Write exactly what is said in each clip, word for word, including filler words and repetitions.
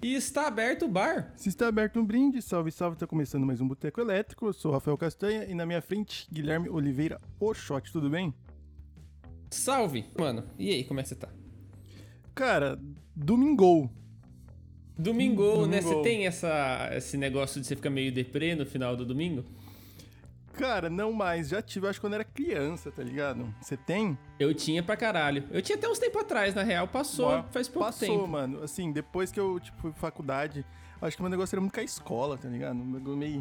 E está aberto o bar. Se está aberto um brinde, salve, salve, está começando mais um Boteco Elétrico. Eu sou o Rafael Castanha e na minha frente, Guilherme Oliveira Oxote, tudo bem? Salve, mano. E aí, como é que você tá? Cara, domingou. Domingou, né? Você tem essa, esse negócio de você ficar meio deprê no final do domingo? Cara, não mais. Já tive, acho que quando era criança, tá ligado? Você tem? Eu tinha pra caralho. Eu tinha até uns tempo atrás, na real. Passou, Boa. faz pouco Passou, tempo. Passou, mano. Assim, depois que eu, tipo, fui pra faculdade, acho que meu negócio era muito com a escola, tá ligado? Meio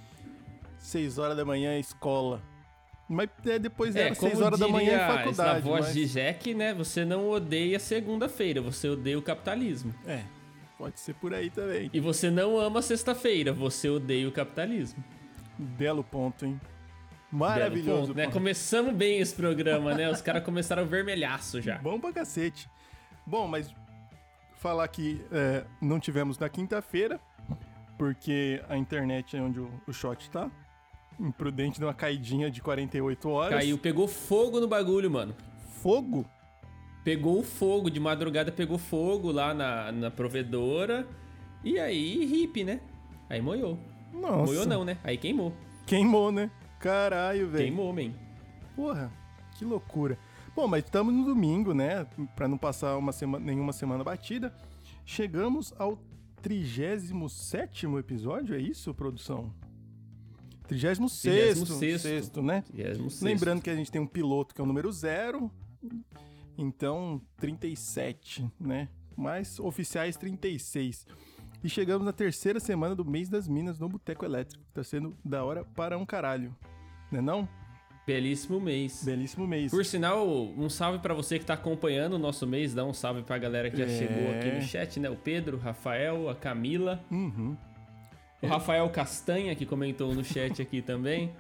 seis horas da manhã, escola. Mas é, depois é, era seis horas da manhã em faculdade. Na voz mas... de Jack, né? Você não odeia segunda-feira, você odeia o capitalismo. É, pode ser por aí também. E você não ama sexta-feira, você odeia o capitalismo. Belo ponto, hein? Maravilhoso. Ponto, né? Começamos bem esse programa, né? Os caras começaram vermelhaço já. Bom pra cacete. Bom, mas falar que é, não tivemos na quinta-feira, porque a internet é onde o, o shot tá. Imprudente, deu uma caidinha de quarenta e oito horas. Caiu, pegou fogo no bagulho, mano. Fogo? Pegou fogo, de madrugada pegou fogo lá na, na provedora. E aí, hippie, né? Aí moiou. Nossa. Moiou não, né? Aí queimou. Queimou, né? Caralho, velho. Queimou, man. Porra, que loucura. Bom, mas estamos no domingo, né? Pra não passar uma semana, nenhuma semana batida. Chegamos ao trigésimo sétimo episódio, é isso, produção? trigésimo sexto, sexto, né? trigésimo sexto. Lembrando que a gente tem um piloto que é o número zero, então trinta e sete, né? Mais oficiais trinta e seis. E chegamos na terceira semana do mês das Minas no Boteco Elétrico. Tá sendo da hora para um caralho, né não? Belíssimo mês. Belíssimo mês. Por sinal, um salve pra você que tá acompanhando o nosso mês. Dá um salve pra galera que já é... chegou aqui no chat, né? O Pedro, o Rafael, a Camila. Uhum. O Rafael Castanha, que comentou no chat aqui também.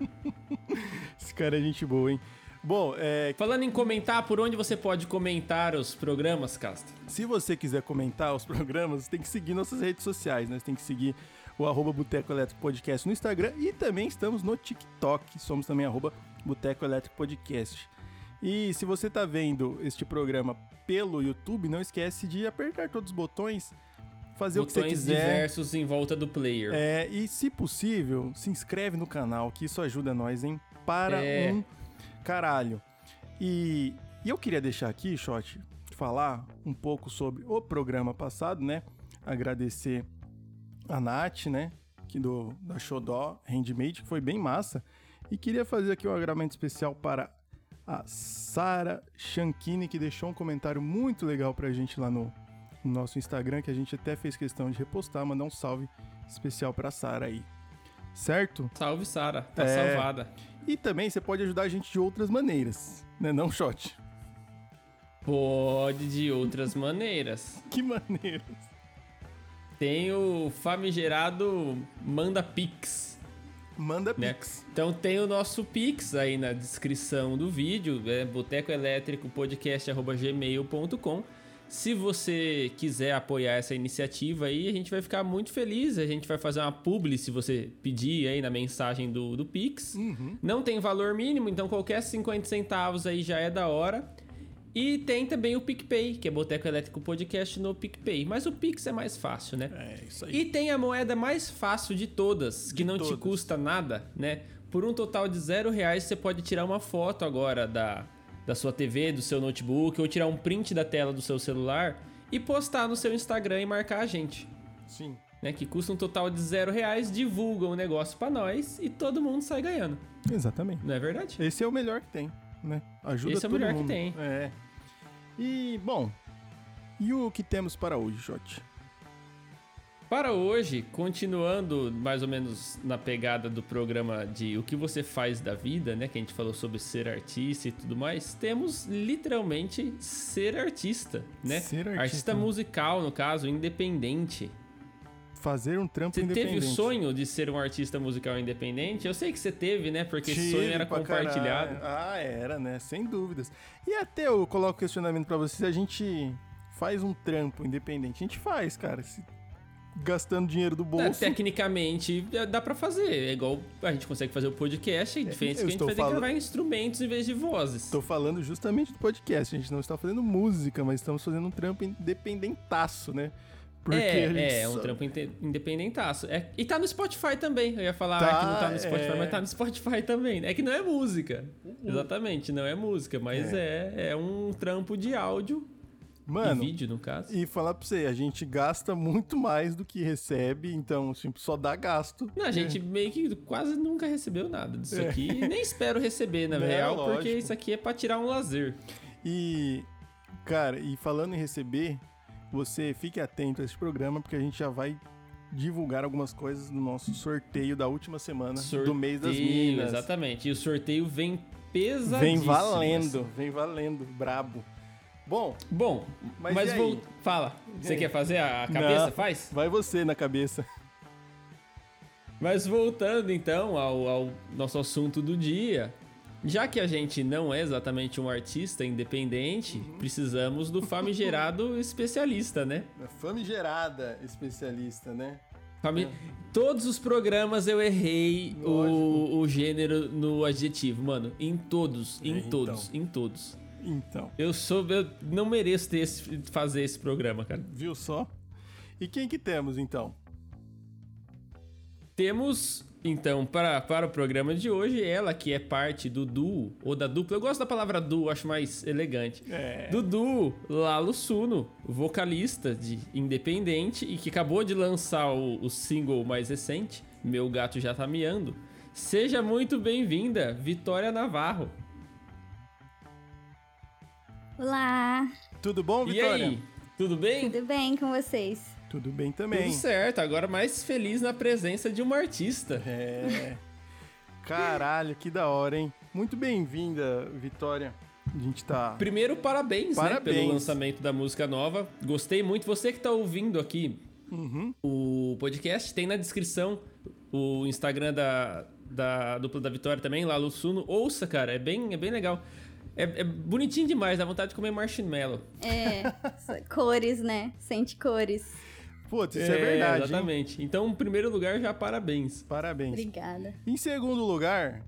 Esse cara é gente boa, hein? Bom, é... Falando em comentar, por onde você pode comentar os programas, Castro? Se você quiser comentar os programas, tem que seguir nossas redes sociais, né? Você tem que seguir o arroba Boteco Elétrico Podcast no Instagram e também estamos no TikTok. Somos também arroba Boteco Elétrico Podcast. E se você tá vendo este programa pelo YouTube, não esquece de apertar todos os botões, fazer botões o que você quiser. diversos em volta do player. É, e se possível, se inscreve no canal, que isso ajuda nós, hein? Para é. um caralho. E, e eu queria deixar aqui, Shot, falar um pouco sobre o programa passado, né? Agradecer a Nath, né? Que do, da Xodó Handmade, que foi bem massa. E queria fazer aqui um agradecimento especial para a Sara Chanchini, que deixou um comentário muito legal pra gente lá no, no nosso Instagram, que a gente até fez questão de repostar, mandar um salve especial pra Sara aí. Certo? Salve, Sara. Tá é... salvada. E também você pode ajudar a gente de outras maneiras, né não, Shot? Pode de outras maneiras. Que maneiras? Tem o famigerado Manda Pix. Manda né? Pix. Então tem o nosso Pix aí na descrição do vídeo, é botecoelétricopodcast arroba gmail ponto com. Se você quiser apoiar essa iniciativa aí, a gente vai ficar muito feliz. A gente vai fazer uma publi se você pedir aí na mensagem do, do Pix. Uhum. Não tem valor mínimo, então qualquer cinquenta centavos aí já é da hora. E tem também o PicPay, que é Boteco Elétrico Podcast no PicPay. Mas o Pix é mais fácil, né? É, isso aí. E tem a moeda mais fácil de todas, que de não todas. te custa nada, né? Por um total de zero reais, você pode tirar uma foto agora da... da sua T V, do seu notebook, ou tirar um print da tela do seu celular e postar no seu Instagram e marcar a gente. Sim. Né, que custa um total de zero reais, divulga o negócio pra nós e todo mundo sai ganhando. Exatamente. Não é verdade? Esse é o melhor que tem, né? Ajuda Esse é o todo melhor mundo. que tem. É. E, bom, e o que temos para hoje, Shot? Para hoje, continuando mais ou menos na pegada do programa de o que você faz da vida, né? Que a gente falou sobre ser artista e tudo mais. Temos literalmente ser artista, né? Ser artista. Artista musical, no caso, independente. Fazer um trampo você independente. Você teve o sonho de ser um artista musical independente? Eu sei que você teve, né? Porque esse sonho era compartilhado. Caralho. Ah, era, né? Sem dúvidas. E até eu coloco o questionamento pra você, se a gente faz um trampo independente. A gente faz, cara. Se... gastando dinheiro do bolso. É, tecnicamente, dá pra fazer. É igual a gente consegue fazer o podcast, a diferença é que a gente vai ter falando... que gravar instrumentos em vez de vozes. Tô falando justamente do podcast. A gente não está fazendo música, mas estamos fazendo um trampo independentaço, né? Porque é, a gente é, é um só- trampo inte- independentaço. É, e tá no Spotify também. Eu ia falar Tá, que não tá no Spotify, é. mas tá no Spotify também. É que não é música. Exatamente, não é música, mas é, é, um trampo de áudio Mano, e vídeo, no caso. e falar pra você, a gente gasta muito mais do que recebe, então, tipo, só dá gasto. Não, a gente meio que quase nunca recebeu nada disso É. aqui. E nem espero receber, na Não, real, porque lógico. isso aqui é pra tirar um lazer. E, cara, e falando em receber, você fique atento a esse programa, porque a gente já vai divulgar algumas coisas do nosso sorteio da última semana do mês das Sorteio, Minas. Exatamente. E o sorteio vem pesadíssimo. Vem valendo, vem valendo, brabo. Bom, Bom, Mas mas, e aí? vou... fala. Você aí? quer fazer a cabeça? Não. Faz? vai você na cabeça. Mas voltando então ao, ao nosso assunto do dia, já que a gente não é exatamente um artista independente, Uhum. precisamos do famigerado especialista, né? Famigerada especialista, né? Fami- Todos os programas eu errei o, o gênero no adjetivo, mano. Em todos, em Então. todos, em todos. Então, Eu sou, eu não mereço ter esse- fazer esse programa, cara. viu só? E quem que temos, então? Temos, então, para, para o programa de hoje, ela que é parte do duo, ou da dupla. Eu gosto da palavra duo, acho mais elegante. É. Do duo, Lalo Suno, vocalista de independente e que acabou de lançar o, o single mais recente, Meu Gato Já Tá Miando. Seja muito bem-vinda, Vitória Navarro. Olá, Tudo bom, E Vitória? aí, tudo bem? tudo bem com vocês? Tudo bem também. Tudo certo, agora mais feliz na presença de uma artista. É. Caralho, que da hora, hein? Muito bem-vinda, Vitória. A gente tá. Primeiro, parabéns, né, Parabéns. pelo lançamento da música nova. Gostei muito. Você que tá ouvindo aqui Uhum. o podcast, tem na descrição o Instagram da, da dupla da Vitória também, lá Suno. Ouça, cara, é bem, é bem legal. É, é bonitinho demais, dá vontade de comer marshmallow. É, cores, né? Sente cores. Putz, isso é, verdade. hein? Exatamente. Então, em primeiro lugar, já parabéns. Parabéns. Obrigada. Em segundo lugar,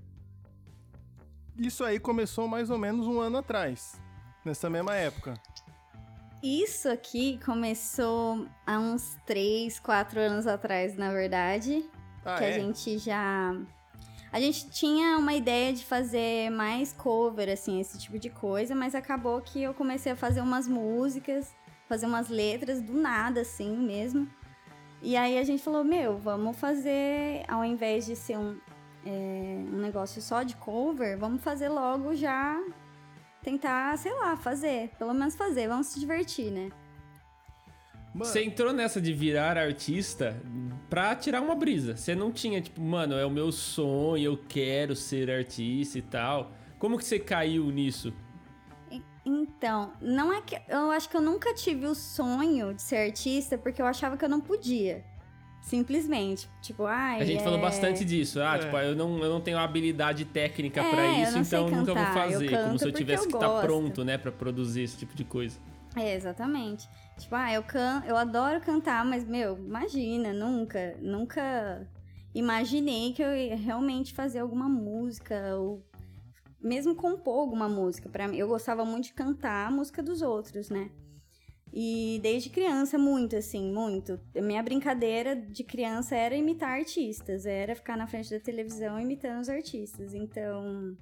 isso aí começou mais ou menos um ano atrás, nessa mesma época. Isso aqui começou há uns três, quatro anos atrás, na verdade. Ah, que é? a gente já... A gente tinha uma ideia de fazer mais cover, assim, esse tipo de coisa, mas acabou que eu comecei a fazer umas músicas, fazer umas letras do nada, assim, mesmo. E aí a gente falou, meu, vamos fazer, ao invés de ser um, é, um negócio só de cover, vamos fazer logo já, tentar, sei lá, fazer, pelo menos fazer, vamos se divertir, né? Mano, Você entrou nessa de virar artista pra tirar uma brisa. Você não tinha, tipo, mano, é o meu sonho, eu quero ser artista e tal. Como que você caiu nisso? E- Então, não é que. Eu acho que eu nunca tive o sonho de ser artista porque eu achava que eu não podia. Simplesmente. Tipo, ai. A gente é... falou bastante disso. Ah, É. tipo, eu não, eu não tenho habilidade técnica É, pra eu isso, não sei então eu nunca vou cantar, eu fazer. Como canto se eu porque tivesse eu que estar gosto. pronto, né, pra produzir esse tipo de coisa. É, exatamente. Tipo, ah, eu, can... eu adoro cantar, mas, meu, imagina, nunca, nunca imaginei que eu ia realmente fazer alguma música, ou mesmo compor alguma música. Pra mim, eu gostava muito de cantar a música dos outros, né? E desde criança, muito, assim, muito. A minha brincadeira de criança era imitar artistas, era ficar na frente da televisão imitando os artistas. Então,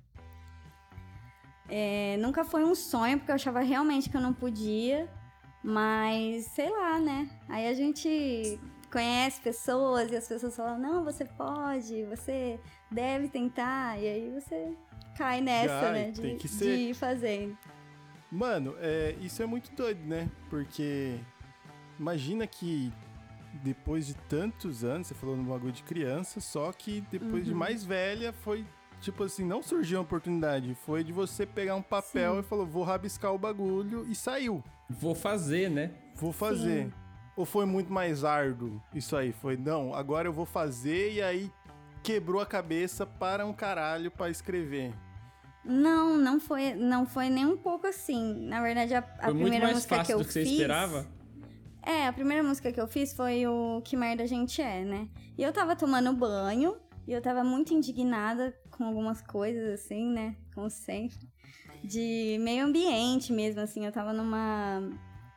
é, nunca foi um sonho, porque eu achava realmente que eu não podia. Mas, sei lá, né? Aí a gente conhece pessoas e as pessoas falam, não, você pode, você deve tentar. E aí você cai nessa, Cai, né? De, tem que de ser. ir fazendo. Mano, é, isso é muito doido, né? Porque imagina que depois de tantos anos, você falou no bagulho de criança, só que depois de Uhum. mais velha foi, tipo assim, não surgiu uma oportunidade, foi de você pegar um papel Sim. e falou, vou rabiscar o bagulho e saiu. Vou fazer, né? Vou fazer. Sim. Ou foi muito mais árduo isso aí? Foi, não, agora eu vou fazer e aí quebrou a cabeça para um caralho pra escrever. Não, não foi, não foi nem um pouco assim. Na verdade, a, a Foi muito primeira mais música que fácil eu do que você fiz... esperava. É, a primeira música que eu fiz foi o Que Merda a Gente É, né? E eu tava tomando banho e eu tava muito indignada com algumas coisas, assim, né? Como sempre. De meio ambiente mesmo, assim. Eu tava numa,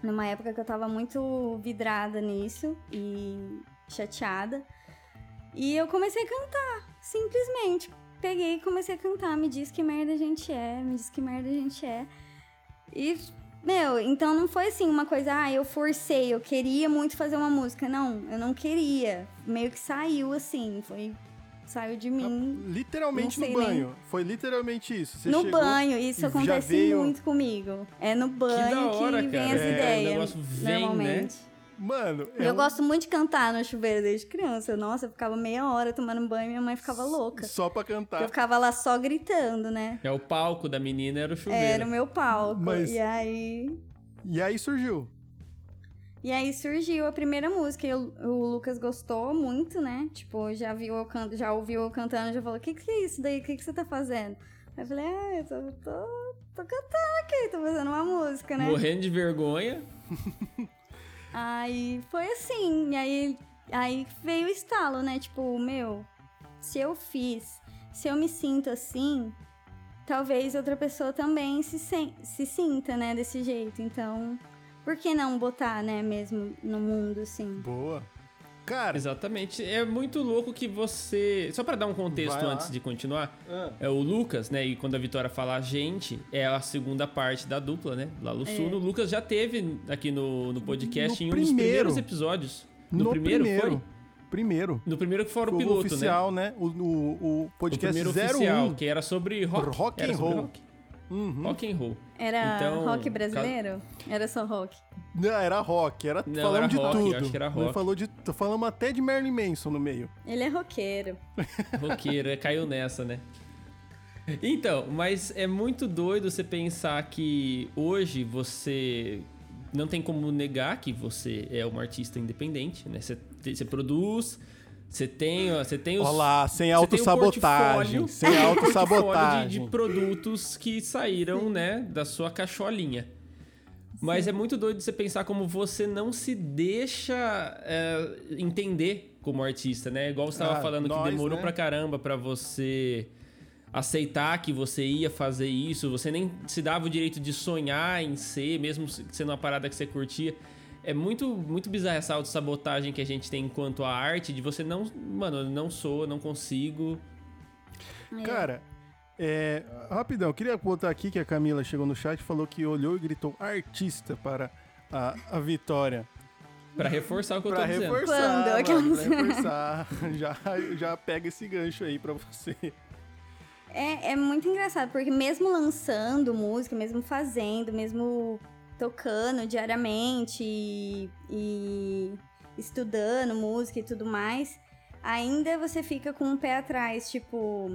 numa época que eu tava muito vidrada nisso e chateada. E eu comecei a cantar, simplesmente. Peguei e comecei a cantar, me diz que merda a gente é, me diz que merda a gente é. E, meu, então não foi assim uma coisa, ah, eu forcei, eu queria muito fazer uma música. Não, eu não queria. Meio que saiu assim, foi... Saiu de mim. Literalmente no banho. Nem. Foi literalmente isso. Você no banho, isso acontece veio... muito comigo. É no banho que, hora, que vem cara. as é, ideias. O negócio vem, normalmente. Né? Mano, eu, eu gosto muito de cantar no chuveiro desde criança. Nossa, eu ficava meia hora tomando banho e minha mãe ficava louca. Só pra cantar. Eu ficava lá só gritando, né? É o palco da menina, era o chuveiro. Era o meu palco. Mas... E aí... E aí surgiu. E aí surgiu a primeira música e o, o Lucas gostou muito, né? Tipo, já viu eu can... já ouviu eu cantando, já falou, o que que é isso daí? O que que você tá fazendo? Aí eu falei, ah, eu tô, tô, tô cantando aqui, tô fazendo uma música, né? Morrendo de vergonha. Aí foi assim, e aí, aí veio o estalo, né? Tipo, meu, se eu fiz, se eu me sinto assim, talvez outra pessoa também se, se, se sinta, né? Desse jeito, então... Por que não botar, né, mesmo no mundo, assim? Boa. Cara... Exatamente. É muito louco que você... Só pra dar um contexto antes de continuar. Ah. É o Lucas, né, e quando a Vitória fala a gente, é a segunda parte da dupla, né? Lá no Sul. É. O Lucas já teve aqui no, no podcast no em um primeiro. dos primeiros episódios. No, no primeiro, primeiro foi? Primeiro. No primeiro que foi o foi piloto, oficial, né? né? O, o, o podcast o primeiro zero oficial, um. que era sobre rock. Rock era and sobre roll. Rock. Uhum. Rock and roll. Era então, rock brasileiro? Era só rock? Não, era rock. Era não, falando era de rock, tudo. Acho que era rock. Falou de, falamos até de Marilyn Manson no meio. Ele é roqueiro. Roqueiro, caiu nessa, né? Então, mas é muito doido você pensar que hoje você... Não tem como negar que você é uma artista independente, né? Você, você produz... Você tem, você tem os... Olá, sem autossabotagem. Um sem autossabotagem. De, de produtos que saíram, né, da sua cacholinha. Mas Sim. é muito doido você pensar como você não se deixa é, entender como artista, né? Igual você estava ah, falando nós, que demorou né? pra caramba pra você aceitar que você ia fazer isso. Você nem se dava o direito de sonhar em ser, mesmo sendo uma parada que você curtia. É muito, muito bizarra essa autossabotagem que a gente tem enquanto a arte, de você não... Mano, eu não sou, não consigo. Cara, é, rapidão, eu queria botar aqui que a Camila chegou no chat e falou que olhou e gritou artista para a, a Vitória. Pra reforçar o que eu pra tô dizendo. Reforçar, Quando? Mano, pra reforçar. já, já pega esse gancho aí pra você. É, é muito engraçado, porque mesmo lançando música, mesmo fazendo, mesmo... tocando diariamente e, e estudando música e tudo mais, ainda você fica com um pé atrás, tipo,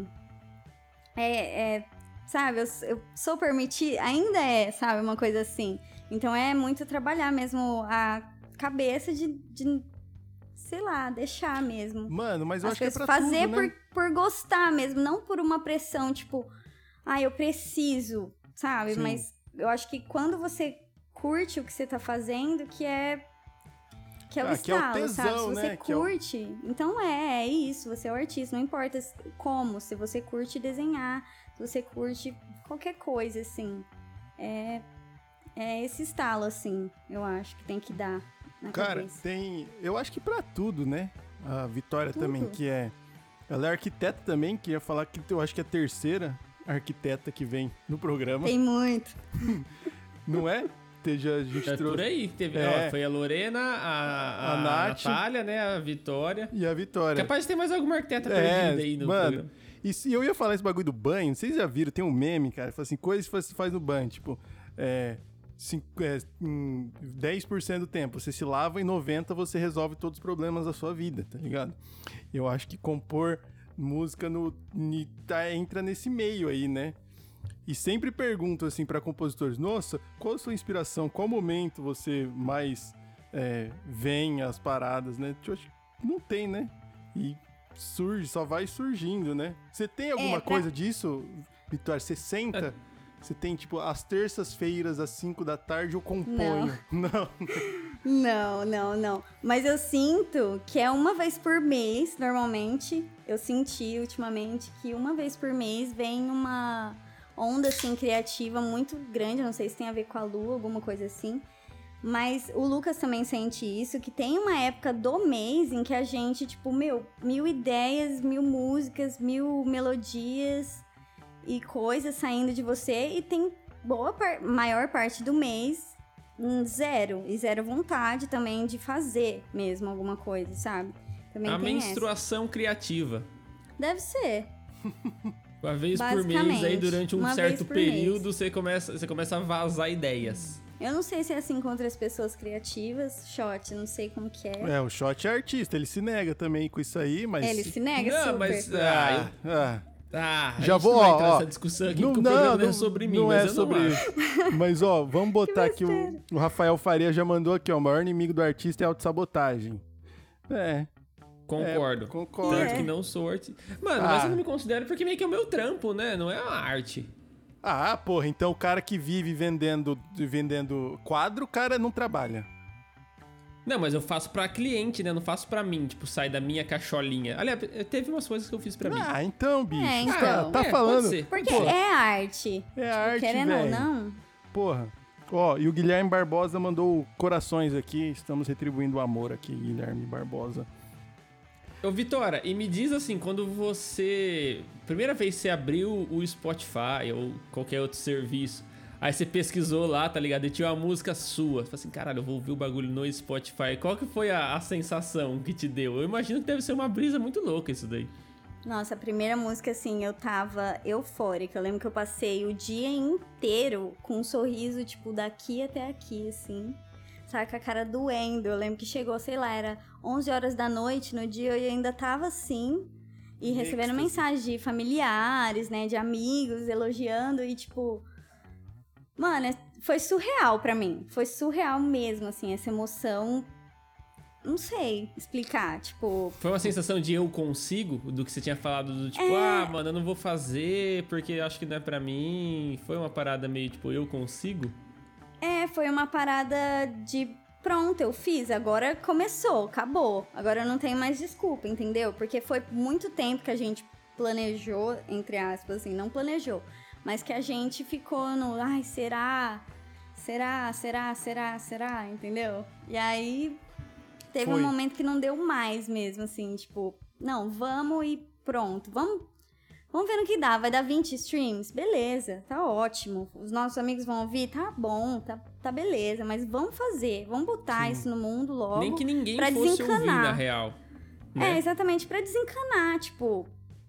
é, é sabe, eu, eu sou permitida, ainda é, sabe, uma coisa assim. Então é muito trabalhar mesmo a cabeça de, de sei lá, deixar mesmo. Mano, mas eu As acho que é pra fazer tudo, por, né? por gostar mesmo, não por uma pressão, tipo, ah, eu preciso, sabe? Sim. Mas eu acho que quando você curte o que você tá fazendo, que é que é o ah, estalo, que é o tesão, sabe? Se você né? curte, é o... então é, é isso, você é o artista, não importa como, se você curte desenhar, se você curte qualquer coisa, assim, é, é esse estalo, assim, eu acho que tem que dar na Cara, cabeça. tem, eu acho que pra tudo, né? A Vitória tudo. também, que é, ela é arquiteta também, queria falar que eu acho que é a terceira arquiteta que vem no programa. Tem muito. Não é? Já, a gente é trouxe... por aí. Teve, é. ó, foi a Lorena, a, a, a Nath, Natália, né? A Vitória. E a Vitória. Capaz de ter mais alguma arquiteta é, perdida aí no mano, programa. E se eu ia falar esse bagulho do banho, vocês já viram, tem um meme, cara, fala assim, coisas que você faz no banho, tipo, é, cinco, é, em dez por cento do tempo você se lava e noventa por cento você resolve todos os problemas da sua vida, tá ligado? Eu acho que compor música no, tá, entra nesse meio aí, né? E sempre pergunto, assim, pra compositores, nossa, qual a sua inspiração? Qual momento você mais é, vem as paradas, né? Eu acho que não tem, né? E surge, só vai surgindo, né? Você tem alguma é, pra... coisa disso, Vitória? Você senta? Você tem, tipo, às terças-feiras, às cinco da tarde, eu componho. Não. Não, não, não. Mas eu sinto que é uma vez por mês, normalmente. Eu senti, ultimamente, que uma vez por mês vem uma... onda, assim, criativa muito grande, não sei se tem a ver com a lua, alguma coisa assim, Mas o Lucas também sente isso, que tem uma época do mês em que a gente, tipo, meu, mil ideias, mil músicas, mil melodias e coisas saindo de você, e tem boa par- maior parte do mês um zero, e zero vontade também de fazer mesmo alguma coisa, sabe? Também a tem menstruação essa. criativa. Deve ser. Uma vez por mês, aí durante um Uma certo vez por período, mês. você começa, você começa a vazar ideias. Eu não sei se é assim contra as pessoas criativas, Shot, não sei como que é. É, o Shot é artista, ele se nega também com isso aí, mas... Ele se nega Não, super. mas... Ah, Ah, eu- ah. ah, a Já gente vou, não vai ó, entrar ó, nessa discussão aqui, não, porque não, o programa não, não é sobre mim, não mas é eu sobre não isso. acho. Mas, ó, vamos botar aqui, o, besteira. o Rafael Faria já mandou aqui, ó, o maior inimigo do artista é a autossabotagem. É, Concordo. É, concordo. Tanto É. que não sou artista. Mano, Ah. mas eu não me considero porque meio que é o meu trampo, né? Não é uma arte. Ah, porra, então o cara que vive vendendo, vendendo quadro, o cara não trabalha. Não, mas eu faço pra cliente, né? Eu não faço pra mim, tipo, sai da minha cacholinha. Aliás, teve umas coisas que eu fiz pra mim. Ah, então, bicho. É, tá- então. Tá, É, pode falando. ser. Porque Pô, é arte. é Tipo, arte, querendo ou velho. não. Porra. Ó, e o Guilherme Barbosa mandou corações aqui. Estamos retribuindo o amor aqui, Guilherme Barbosa. Ô, Vitória, e me diz assim, quando você... Primeira vez que você abriu o Spotify ou qualquer outro serviço, aí você pesquisou lá, tá ligado? E tinha uma música sua. Você falou assim, caralho, eu vou ouvir o bagulho no Spotify. Qual que foi a, a sensação que te deu? Eu imagino que deve ser uma brisa muito louca isso daí. Nossa, a primeira música, assim, eu tava eufórica. Eu lembro que eu passei o dia inteiro com um sorriso, tipo, daqui até aqui, assim. Sabe, com a cara doendo. Eu lembro que chegou, sei lá, era onze horas da noite no dia e eu ainda tava assim. E recebendo Êxtase. mensagens de familiares, né, de amigos, elogiando e, tipo... Mano, é- foi surreal pra mim. Foi surreal mesmo, assim, essa emoção. Não sei explicar, tipo... Foi uma sensação de eu consigo, do que você tinha falado, do tipo, É. ah, mano, eu não vou fazer porque acho que não é pra mim. Foi uma parada meio tipo, eu consigo? É, foi uma parada de pronto, eu fiz, agora começou, acabou. Agora eu não tenho mais desculpa, entendeu? Porque foi muito tempo que a gente planejou, entre aspas, assim, não planejou, mas que a gente ficou no, ai, será? Será? Será? Será? Será? Entendeu? E aí teve Foi. um momento que não deu mais mesmo, assim, tipo, não, vamos e pronto, vamos. Vamos ver no que dá, vai dar vinte streams? Beleza, tá ótimo. Os nossos amigos vão ouvir? Tá bom, tá, tá beleza. Mas vamos fazer, vamos botar Sim. isso no mundo logo. Nem que ninguém pra fosse ouvir, desencanar. na real. É, Né? exatamente, pra desencanar, tipo...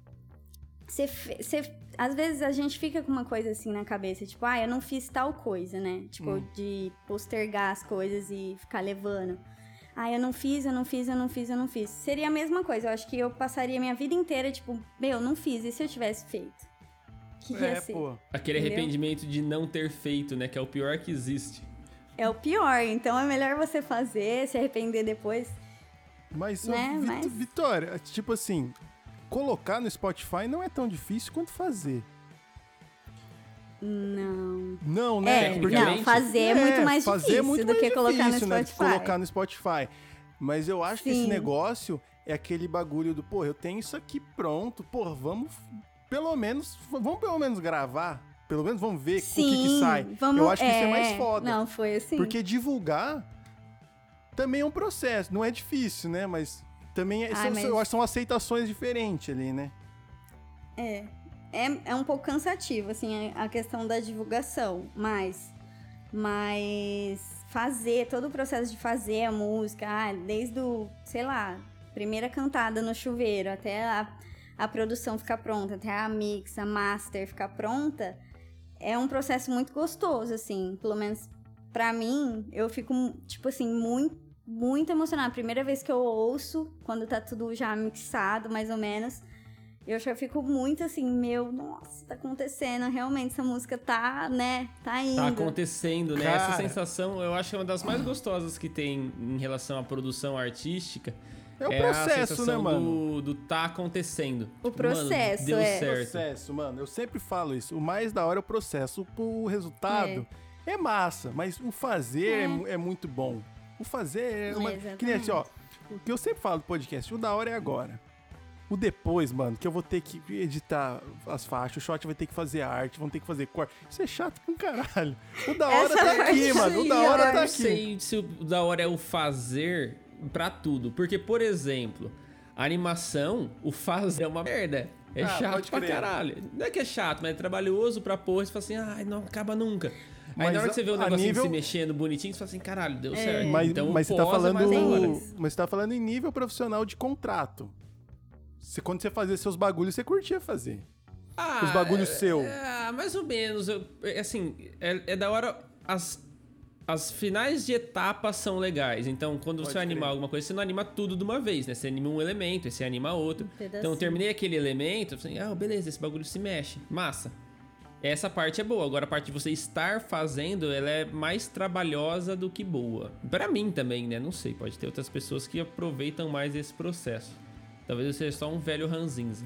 Cê, fe- cê, às vezes a gente fica com uma coisa assim na cabeça, tipo, ah, eu não fiz tal coisa, né? Tipo, Hum. de postergar as coisas e ficar levando. Ah, eu não fiz, eu não fiz, eu não fiz, eu não fiz. Seria a mesma coisa, eu acho que eu passaria minha vida inteira, tipo, meu, não fiz, e se eu tivesse feito? Que ia É, ser? pô. Aquele Entendeu? arrependimento de não ter feito, né? Que é o pior que existe. É o pior, então é melhor você fazer, se arrepender depois. Mas, Né, ô, Vit- mas- Vitória, tipo assim, colocar no Spotify não é tão difícil quanto fazer. Não. Não, né? É, Tecnicamente, não, fazer é, muito mais fazer difícil é muito do mais que colocar no difícil, né, de Spotify. colocar no Spotify. Mas eu acho que esse Sim. negócio é aquele bagulho do, pô, eu tenho isso aqui pronto, pô, vamos pelo menos, vamos pelo menos gravar, pelo menos vamos ver Sim, o que que sai. vamos, eu acho que isso é mais é, foda. Não, foi assim. Porque divulgar também é um processo, não é difícil, né? Mas também é- Ai, são, mas- eu acho que são aceitações diferentes ali, né? É, é, é um pouco cansativo, assim, a a questão da divulgação, mas, mas fazer, todo o processo de fazer a música, ah, desde o, sei lá, primeira cantada no chuveiro, até a, a produção ficar pronta, até a mix, a master ficar pronta, é um processo muito gostoso, assim, pelo menos pra mim, eu fico, tipo assim, muito, muito emocionada. A primeira vez que eu ouço, quando tá tudo já mixado, mais ou menos, eu já fico muito assim, meu, nossa, tá acontecendo, realmente essa música tá, né, tá indo. Tá acontecendo, né? Cara. Essa sensação, eu acho que é uma das mais gostosas que tem em relação à produção artística. É o a processo, sensação né, mano? Do, do tá acontecendo. O Tipo, processo, mano, deu é. certo. Processo, mano. Eu sempre falo isso. O mais da hora é o processo. O resultado é, massa, mas o fazer é. É. mu- é muito bom. O fazer é uma... Exatamente. Que nem assim, ó. O que eu sempre falo do podcast, o da hora é agora. O depois, mano, que eu vou ter que editar as faixas, o Shot vai ter que fazer arte, vão ter que fazer corte. Isso é chato pra um caralho. O da hora Essa tá parte aqui, mano. O da Sim, hora eu tá não aqui. sei se o da hora é o fazer pra tudo. Porque, por exemplo, a animação, o fazer é uma merda. É Ah, chato pode pra crer. caralho. Não é que é chato, mas é trabalhoso pra porra. Você fala assim, ai, não acaba nunca. Aí Mas na hora que você vê o a negocinho nível- se mexendo bonitinho, você fala assim, caralho, deu certo. Mas, então, mas você o tá pós é falando. mais da hora. Mas você tá falando em nível profissional de contrato. Se, quando você fazia seus bagulhos, você curtia fazer. Ah, Os bagulhos é- seu. Ah, mais ou menos. Eu, é, assim, é, é da hora. As, as finais de etapa são legais. Então, quando Pode você vai animar crer. alguma coisa, você não anima tudo de uma vez, né? Você anima um elemento, aí você anima outro. pedacinho. Então, eu terminei aquele elemento, eu falei, ah, beleza, esse bagulho se mexe. Massa. Essa parte é boa. Agora, a parte de você estar fazendo, ela é mais trabalhosa do que boa. Pra mim também, né? Não sei. Pode ter outras pessoas que aproveitam mais esse processo. Talvez eu seja só um velho ranzinza.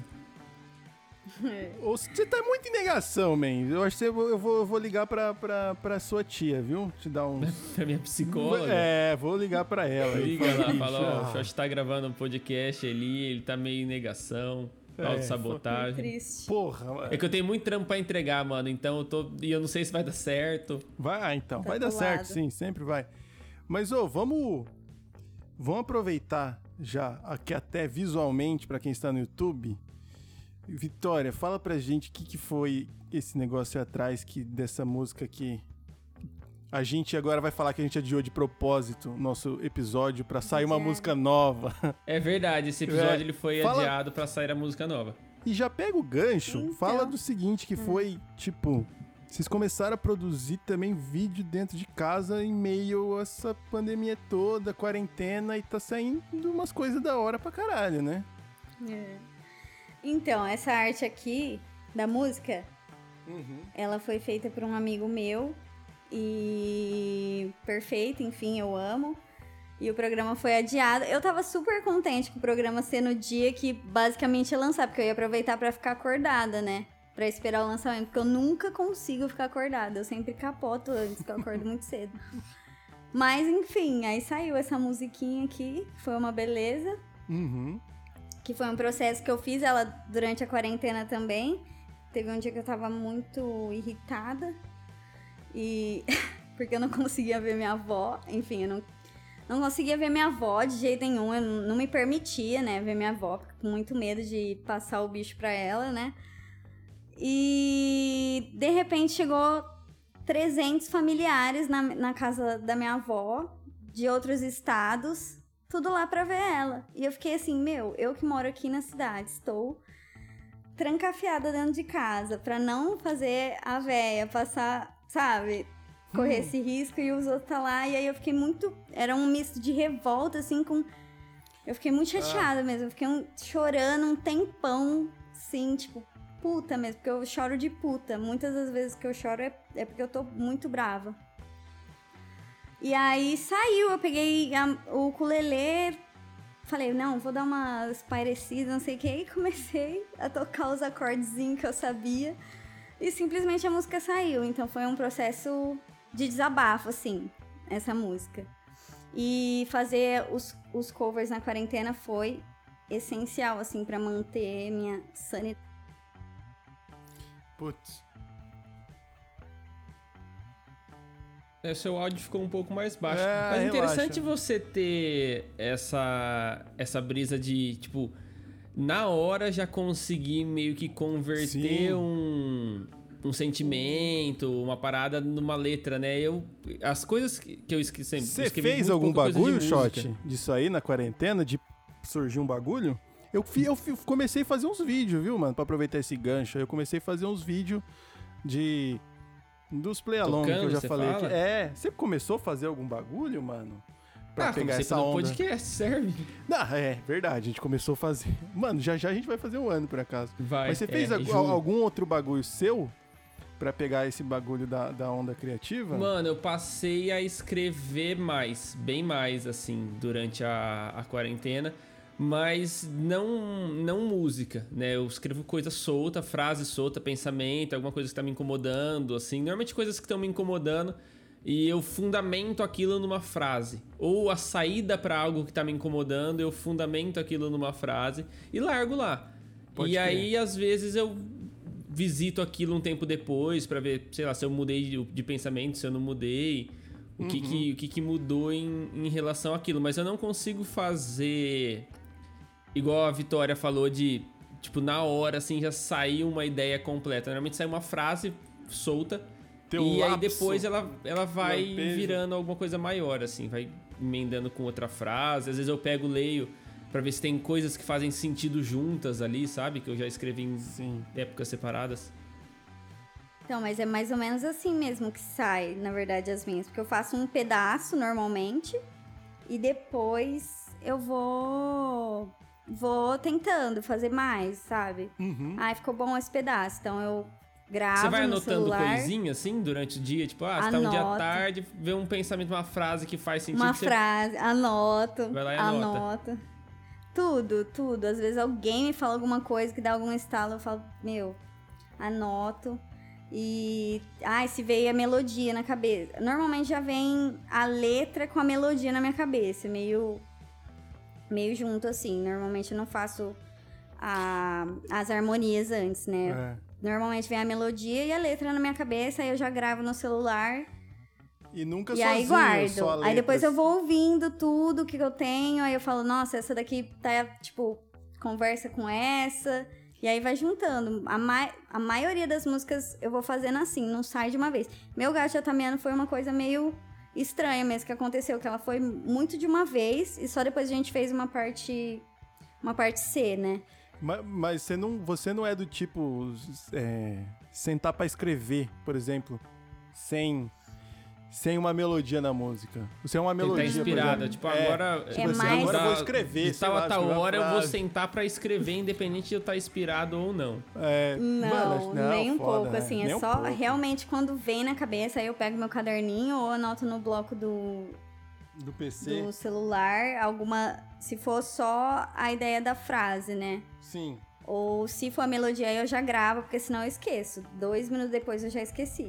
Ou você tá muito em negação, man. Eu acho que você- eu vou, eu vou ligar pra, pra, pra sua tia, viu? Te dar um. Pra minha psicóloga. É, vou ligar pra ela. aí. Liga lá, Bicho, fala, ó, o ah, Xoxi tá gravando um podcast ali, ele tá meio em negação, É, autossabotagem. Triste. Porra, mano. É que eu tenho muito trampo pra entregar, mano, então eu tô... E eu não sei se vai dar certo. Vai, ah, então. Tá vai do dar certo, lado. sim, sempre vai. Mas, ô, vamos. Vamos aproveitar já aqui até visualmente pra quem está no YouTube. Vitória, fala pra gente o que, que foi esse negócio atrás que, dessa música que a gente agora vai falar que a gente adiou de propósito o nosso episódio pra sair uma Adiado. música nova. É verdade, esse episódio É, ele foi fala- adiado pra sair a música nova. E já pega o gancho, Então. fala do seguinte, que foi, tipo, vocês começaram a produzir também vídeo dentro de casa em meio a essa pandemia toda, quarentena, e tá saindo umas coisas da hora pra caralho, né? É. Então, essa arte aqui da música, ela foi feita por um amigo meu e perfeita, enfim, eu amo. E o programa foi adiado. Eu tava super contente com o programa ser no dia que basicamente ia lançar, porque eu ia aproveitar pra ficar acordada, né? Pra esperar o lançamento, porque eu nunca consigo ficar acordada. Eu sempre capoto antes, que eu acordo muito cedo. Mas enfim, aí saiu essa musiquinha aqui, foi uma beleza. Uhum. Que foi um processo que eu fiz ela durante a quarentena também. Teve um dia que eu tava muito irritada. E... porque eu não conseguia ver minha avó. Enfim, eu não, não conseguia ver minha avó de jeito nenhum. Eu não me permitia, né, ver minha avó. Com muito medo de passar o bicho pra ela, né. E... de repente chegou trezentos familiares na, na casa da minha avó. De outros estados. Tudo lá pra ver ela. E eu fiquei assim, meu, eu que moro aqui na cidade, estou trancafiada dentro de casa pra não fazer a véia passar, sabe, correr esse risco e os outros tá lá. E aí eu fiquei muito... Era um misto de revolta, assim, com... Eu fiquei muito chateada mesmo. Eu fiquei um- chorando um tempão, assim, tipo, puta mesmo. Porque eu choro de puta. Muitas das vezes que eu choro é, é porque eu tô muito brava. E aí saiu, eu peguei a- o ukulele, falei, não, vou dar uma espairecida, não sei o que, e comecei a tocar os acordezinhos que eu sabia, e simplesmente a música saiu. Então foi um processo de desabafo, assim, essa música. E fazer os, os covers na quarentena foi essencial, assim, pra manter minha sanidade. Putz. É, seu áudio ficou um pouco mais baixo. É, Mas é interessante relaxa. você ter essa, essa brisa de, tipo, na hora já conseguir meio que converter Sim. um, um sentimento, uma parada numa letra, né? Eu, as coisas que que eu esqueci. Você escrevi fez muito algum pouca coisa de bagulho, música. Shot, disso aí na quarentena, de surgir um bagulho? Eu, fi- eu fi- comecei a fazer uns vídeos, viu, mano? Pra aproveitar esse gancho. Eu comecei a fazer uns vídeos de... Dos play along que eu Tocando, já você falei fala? aqui. É, você começou a fazer algum bagulho, mano? Pra Ah, pegar comecei essa pelo onda. podcast, serve. Ah, é, verdade, a gente começou a fazer. Mano, já já a gente vai fazer um ano, por acaso. Vai, Mas você fez é, algu- julho. algum outro bagulho seu pra pegar esse bagulho da, da onda criativa? Mano, eu passei a escrever mais, bem mais, assim, durante a, a quarentena, mas não, não música, né? Eu escrevo coisa solta, frase solta, pensamento, alguma coisa que tá me incomodando, assim. Normalmente coisas que estão me incomodando, e eu fundamento aquilo numa frase. Ou a saída pra algo que tá me incomodando, eu fundamento aquilo numa frase e largo lá. Pode e crer. aí, às vezes, eu visito aquilo um tempo depois pra ver, sei lá, se eu mudei de, de pensamento, se eu não mudei, o, Uhum. que, que, o que, que mudou em, em relação àquilo. Mas eu não consigo fazer, igual a Vitória falou, de, tipo, na hora, assim, já sair uma ideia completa. Normalmente sai uma frase solta, Teu e aí lapso, depois ela, ela vai lampejo. virando alguma coisa maior, assim, vai emendando com outra frase. Às vezes eu pego, leio, pra ver se tem coisas que fazem sentido juntas ali, sabe? Que eu já escrevi em Sim. épocas separadas. Então, mas é mais ou menos assim mesmo que sai, na verdade, as minhas. Porque eu faço um pedaço normalmente e depois eu vou vou tentando fazer mais, sabe? Uhum. Ai, ficou bom esse pedaço. Então eu gravo Você vai no anotando celular. coisinha assim durante o dia? Tipo, ah, você tá um dia à Anoto. tarde, vê um pensamento, uma frase que faz sentido. Uma você... frase, anoto, Vai lá e anota. anoto. Tudo, tudo. Às vezes alguém me fala alguma coisa que dá algum estalo, eu falo, meu, anoto. E, ai, se veio a melodia na cabeça. Normalmente já vem a letra com a melodia na minha cabeça, meio, meio junto assim. Normalmente eu não faço a, as harmonias antes, né? É. Normalmente vem a melodia e a letra na minha cabeça, aí eu já gravo no celular. E nunca E sozinho, aí só a guardo. Aí letra, depois eu assim. vou ouvindo tudo que eu tenho. Aí eu falo, nossa, essa daqui tá, tipo, conversa com essa. E aí vai juntando. A, ma a maioria das músicas eu vou fazendo assim, não sai de uma vez. Meu Gato Já Tá Miando foi uma coisa meio estranha mesmo que aconteceu. Que ela foi muito de uma vez e só depois a gente fez uma parte, uma parte C, né? Ma- Mas você não, você não é do tipo é, sentar pra escrever, por exemplo, sem, sem uma melodia na música. Você é uma Ele tá melodia, inspirada. por exemplo. Tipo, É, agora. tipo É assim, mais- agora eu vou da- escrever, De sei tal lá, a tal escrever uma hora eu vou frase. sentar pra escrever, independente de eu estar inspirado ou não. É, Não, mano, não, nem um foda, pouco, né? assim, Nem é um só pouco. realmente quando vem na cabeça, aí eu pego meu caderninho ou anoto no bloco do, Do P C, do celular, alguma, se for só a ideia da frase, né? sim. Ou se for a melodia, aí eu já gravo, porque senão eu esqueço. Dois minutos depois eu já esqueci.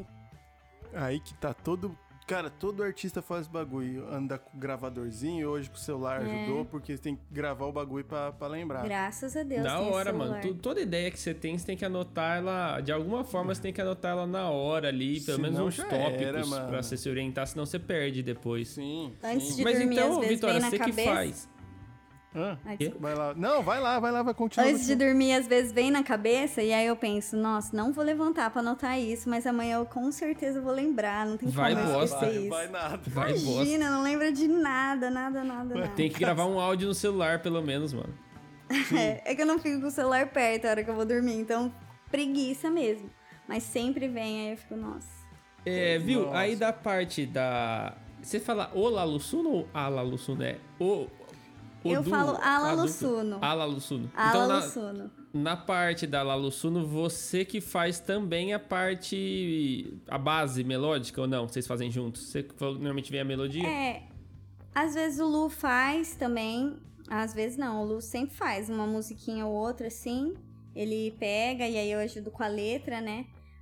Aí que tá todo... Cara, todo artista faz bagulho. Anda com gravadorzinho, hoje com o celular É. ajudou, porque você tem que gravar o bagulho pra, pra lembrar. Graças a Deus. Da tem hora, celular. mano. Tu- toda ideia que você tem, você tem que anotar ela. De alguma forma, você tem que anotar ela na hora ali. Pelo Senão menos uns já tópicos era, mano. pra você se orientar, senão você perde depois. Sim, Antes sim. de Mas dormir, então, às vezes, Vitória, vem na você que cabeça. faz. Hã? Ai, Quê? desculpa. Vai lá. Não, vai lá, vai lá, vai continuar. Antes de dormir, às vezes vem na cabeça e aí eu penso, nossa, não vou levantar pra anotar isso, mas amanhã eu com certeza vou lembrar, não tem Vai como eu bosta. esquecer Vai, isso. vai nada. Vai, bosta. Imagina, não lembra de nada, nada, nada, nada. Tem que gravar um áudio no celular, pelo menos, mano. É, é que eu não fico com o celular perto a hora que eu vou dormir, então preguiça mesmo. Mas sempre vem, aí eu fico, nossa. É, viu? Nossa. Aí da parte da. Você fala o Lalussuno ou a Lalussuno? É o. o Eu du- falo a dupla. Lalussuno. A Lalussuno. A Então, na, Lalussuno. na parte da Lalussuno, você que faz também a parte. A base melódica ou não? Vocês fazem juntos? Você que falou que normalmente vem a melodia? É, às vezes o Lu faz também, às vezes não, o Lu sempre faz uma musiquinha ou outra assim, ele pega e aí eu ajudo com a letra, né?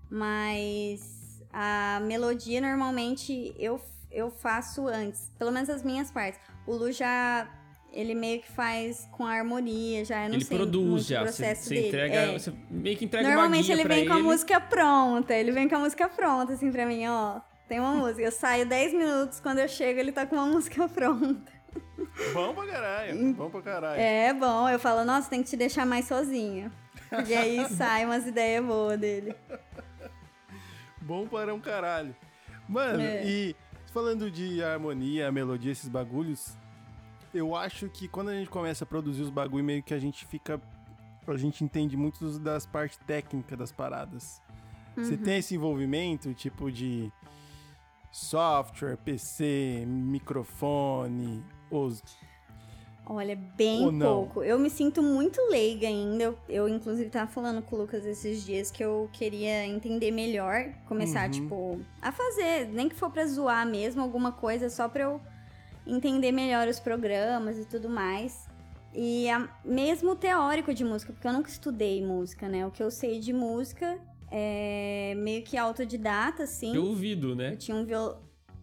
Mas a melodia normalmente eu, eu faço antes, pelo menos as minhas partes. O Lu já, ele meio que faz com a harmonia, já eu não Ele sei produz muito o já. Você, processo você dele. entrega. É. Você meio que entrega Normalmente uma guia ele pra vem ele. com a música pronta, ele vem com a música pronta, assim, pra mim, ó. Tem uma música, eu saio dez minutos, quando eu chego ele tá com uma música pronta. Bom pra caralho, bom pra caralho. É bom, eu falo, nossa, tem que te deixar mais sozinha. E aí sai umas ideias boas dele. Bom para um caralho. Mano, É. e falando de harmonia, melodia, esses bagulhos, eu acho que quando a gente começa a produzir os bagulhos, meio que a gente fica... A gente entende muito dos- das partes técnicas das paradas. Você tem esse envolvimento, tipo, de software, P C, microfone, os... Olha, bem Ou não? pouco. Eu me sinto muito leiga ainda. Eu, eu, inclusive, tava falando com o Lucas esses dias que eu queria entender melhor, começar, Uhum. tipo, a fazer, nem que for pra zoar mesmo, alguma coisa, só pra eu entender melhor os programas e tudo mais. E a- mesmo o teórico de música, porque eu nunca estudei música, né? O que eu sei de música é meio que autodidata, assim. De ouvido, né? Eu tinha um violão.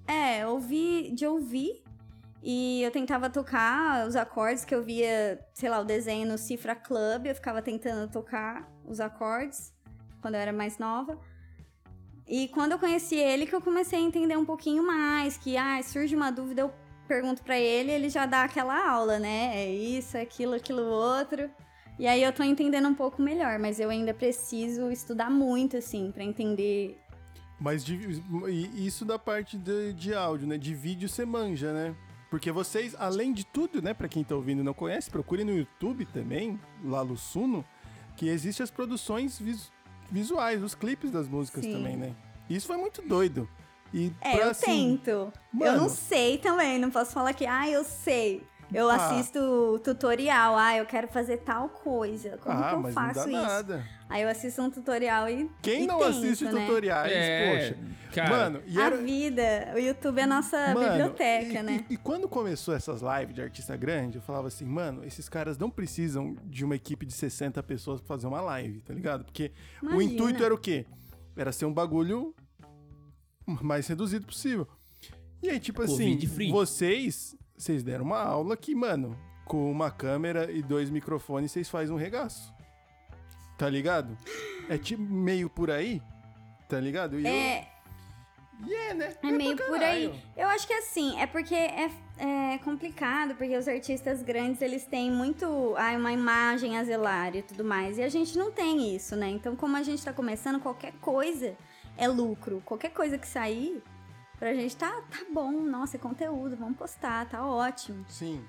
É, ouvi, de ouvir. E eu tentava tocar os acordes que eu via, sei lá, o desenho no Cifra Club. Eu ficava tentando tocar os acordes quando eu era mais nova. E quando eu conheci ele, que eu comecei a entender um pouquinho mais. Que, ah, surge uma dúvida, eu pergunto pra ele, ele já dá aquela aula, né? É isso, é aquilo, aquilo outro. E aí eu tô entendendo um pouco melhor, mas eu ainda preciso estudar muito, assim, pra entender. Mas de, isso da parte de, de áudio, né? De vídeo você manja, né? Porque vocês, além de tudo, né? Pra quem tá ouvindo e não conhece, procure no YouTube também, Lalo Suno, que existem as produções vis, visuais, os clipes das músicas Sim. também, né? Isso foi muito doido. E é, pra, eu assim, tento. Mano, eu não sei também, não posso falar que, ah, eu sei. Eu ah. assisto tutorial, ah, eu quero fazer tal coisa. Como ah, que eu mas faço não dá isso? Nada. Aí eu assisto um tutorial e Quem e não tento, assiste né? tutoriais, é, poxa. Cara, Mano, e a era... vida, o YouTube é a nossa mano, biblioteca, e, né? E, e quando começou essas lives de artista grande, eu falava assim, mano, esses caras não precisam de uma equipe de sessenta pessoas pra fazer uma live, tá ligado? Porque Imagina. O intuito era o quê? Era ser um bagulho mais reduzido possível. E aí, tipo assim, vocês, vocês deram uma aula que, mano, com uma câmera e dois microfones, vocês fazem um regaço. Tá ligado? É tipo meio por aí, tá ligado? E é... Eu... E é, né? É, é meio por aí. Eu acho que assim, é porque é, é complicado, porque os artistas grandes, eles têm muito, ah, uma imagem a zelar e tudo mais. E a gente não tem isso, né? Então, como a gente tá começando, qualquer coisa é lucro. Qualquer coisa que sair, pra gente tá, tá bom, nossa, é conteúdo, vamos postar, tá ótimo. Sim.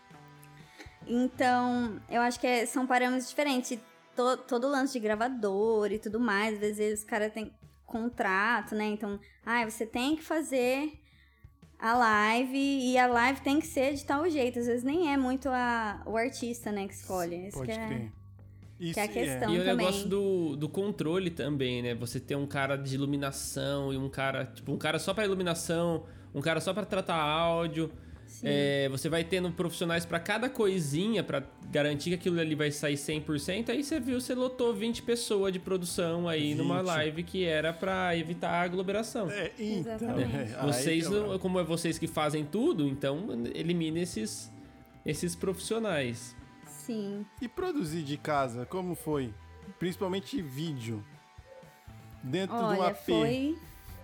Então, eu acho que é, são parâmetros diferentes. Todo, todo lance de gravador e tudo mais, às vezes os caras têm contrato, né? Então, ah, você tem que fazer a live e a live tem que ser de tal jeito. Às vezes nem é muito a, o artista, né, que escolhe. Isso Pode que é, crer. Isso que é a questão é. E também. o negócio do, do controle também, né? Você ter um cara de iluminação e um cara, tipo, um cara só pra iluminação, um cara só pra tratar áudio. É, você vai tendo profissionais pra cada coisinha pra garantir que aquilo ali vai sair cem por cento. Aí você viu, você lotou vinte pessoas de produção aí vinte numa live que era pra evitar a aglomeração. É, então, é. Vocês, não, como é vocês que fazem tudo, então elimina esses, esses profissionais. Sim. E produzir de casa, como foi? Principalmente vídeo. Dentro Olha, de um A P. Foi...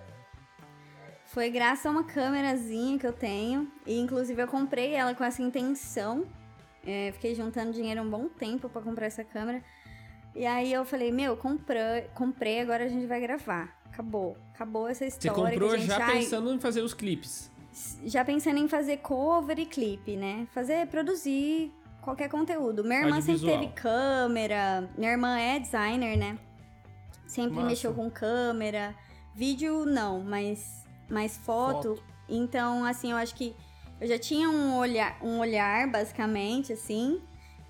Foi graças a uma câmerazinha que eu tenho. E inclusive eu comprei ela com essa intenção. É, fiquei juntando dinheiro um bom tempo pra comprar essa câmera. E aí eu falei, meu, comprei, comprei, agora a gente vai gravar. Acabou. Acabou essa história. Você comprou que a gente, já ai, pensando em fazer os clipes? Já pensando em fazer cover e clipe, né? Fazer, produzir qualquer conteúdo. Minha irmã sempre teve câmera. Minha irmã é designer, né? Sempre Massa. mexeu com câmera. Vídeo, não, mas... mais foto. foto. Então, assim, eu acho que eu já tinha um olhar, um olhar, basicamente, assim.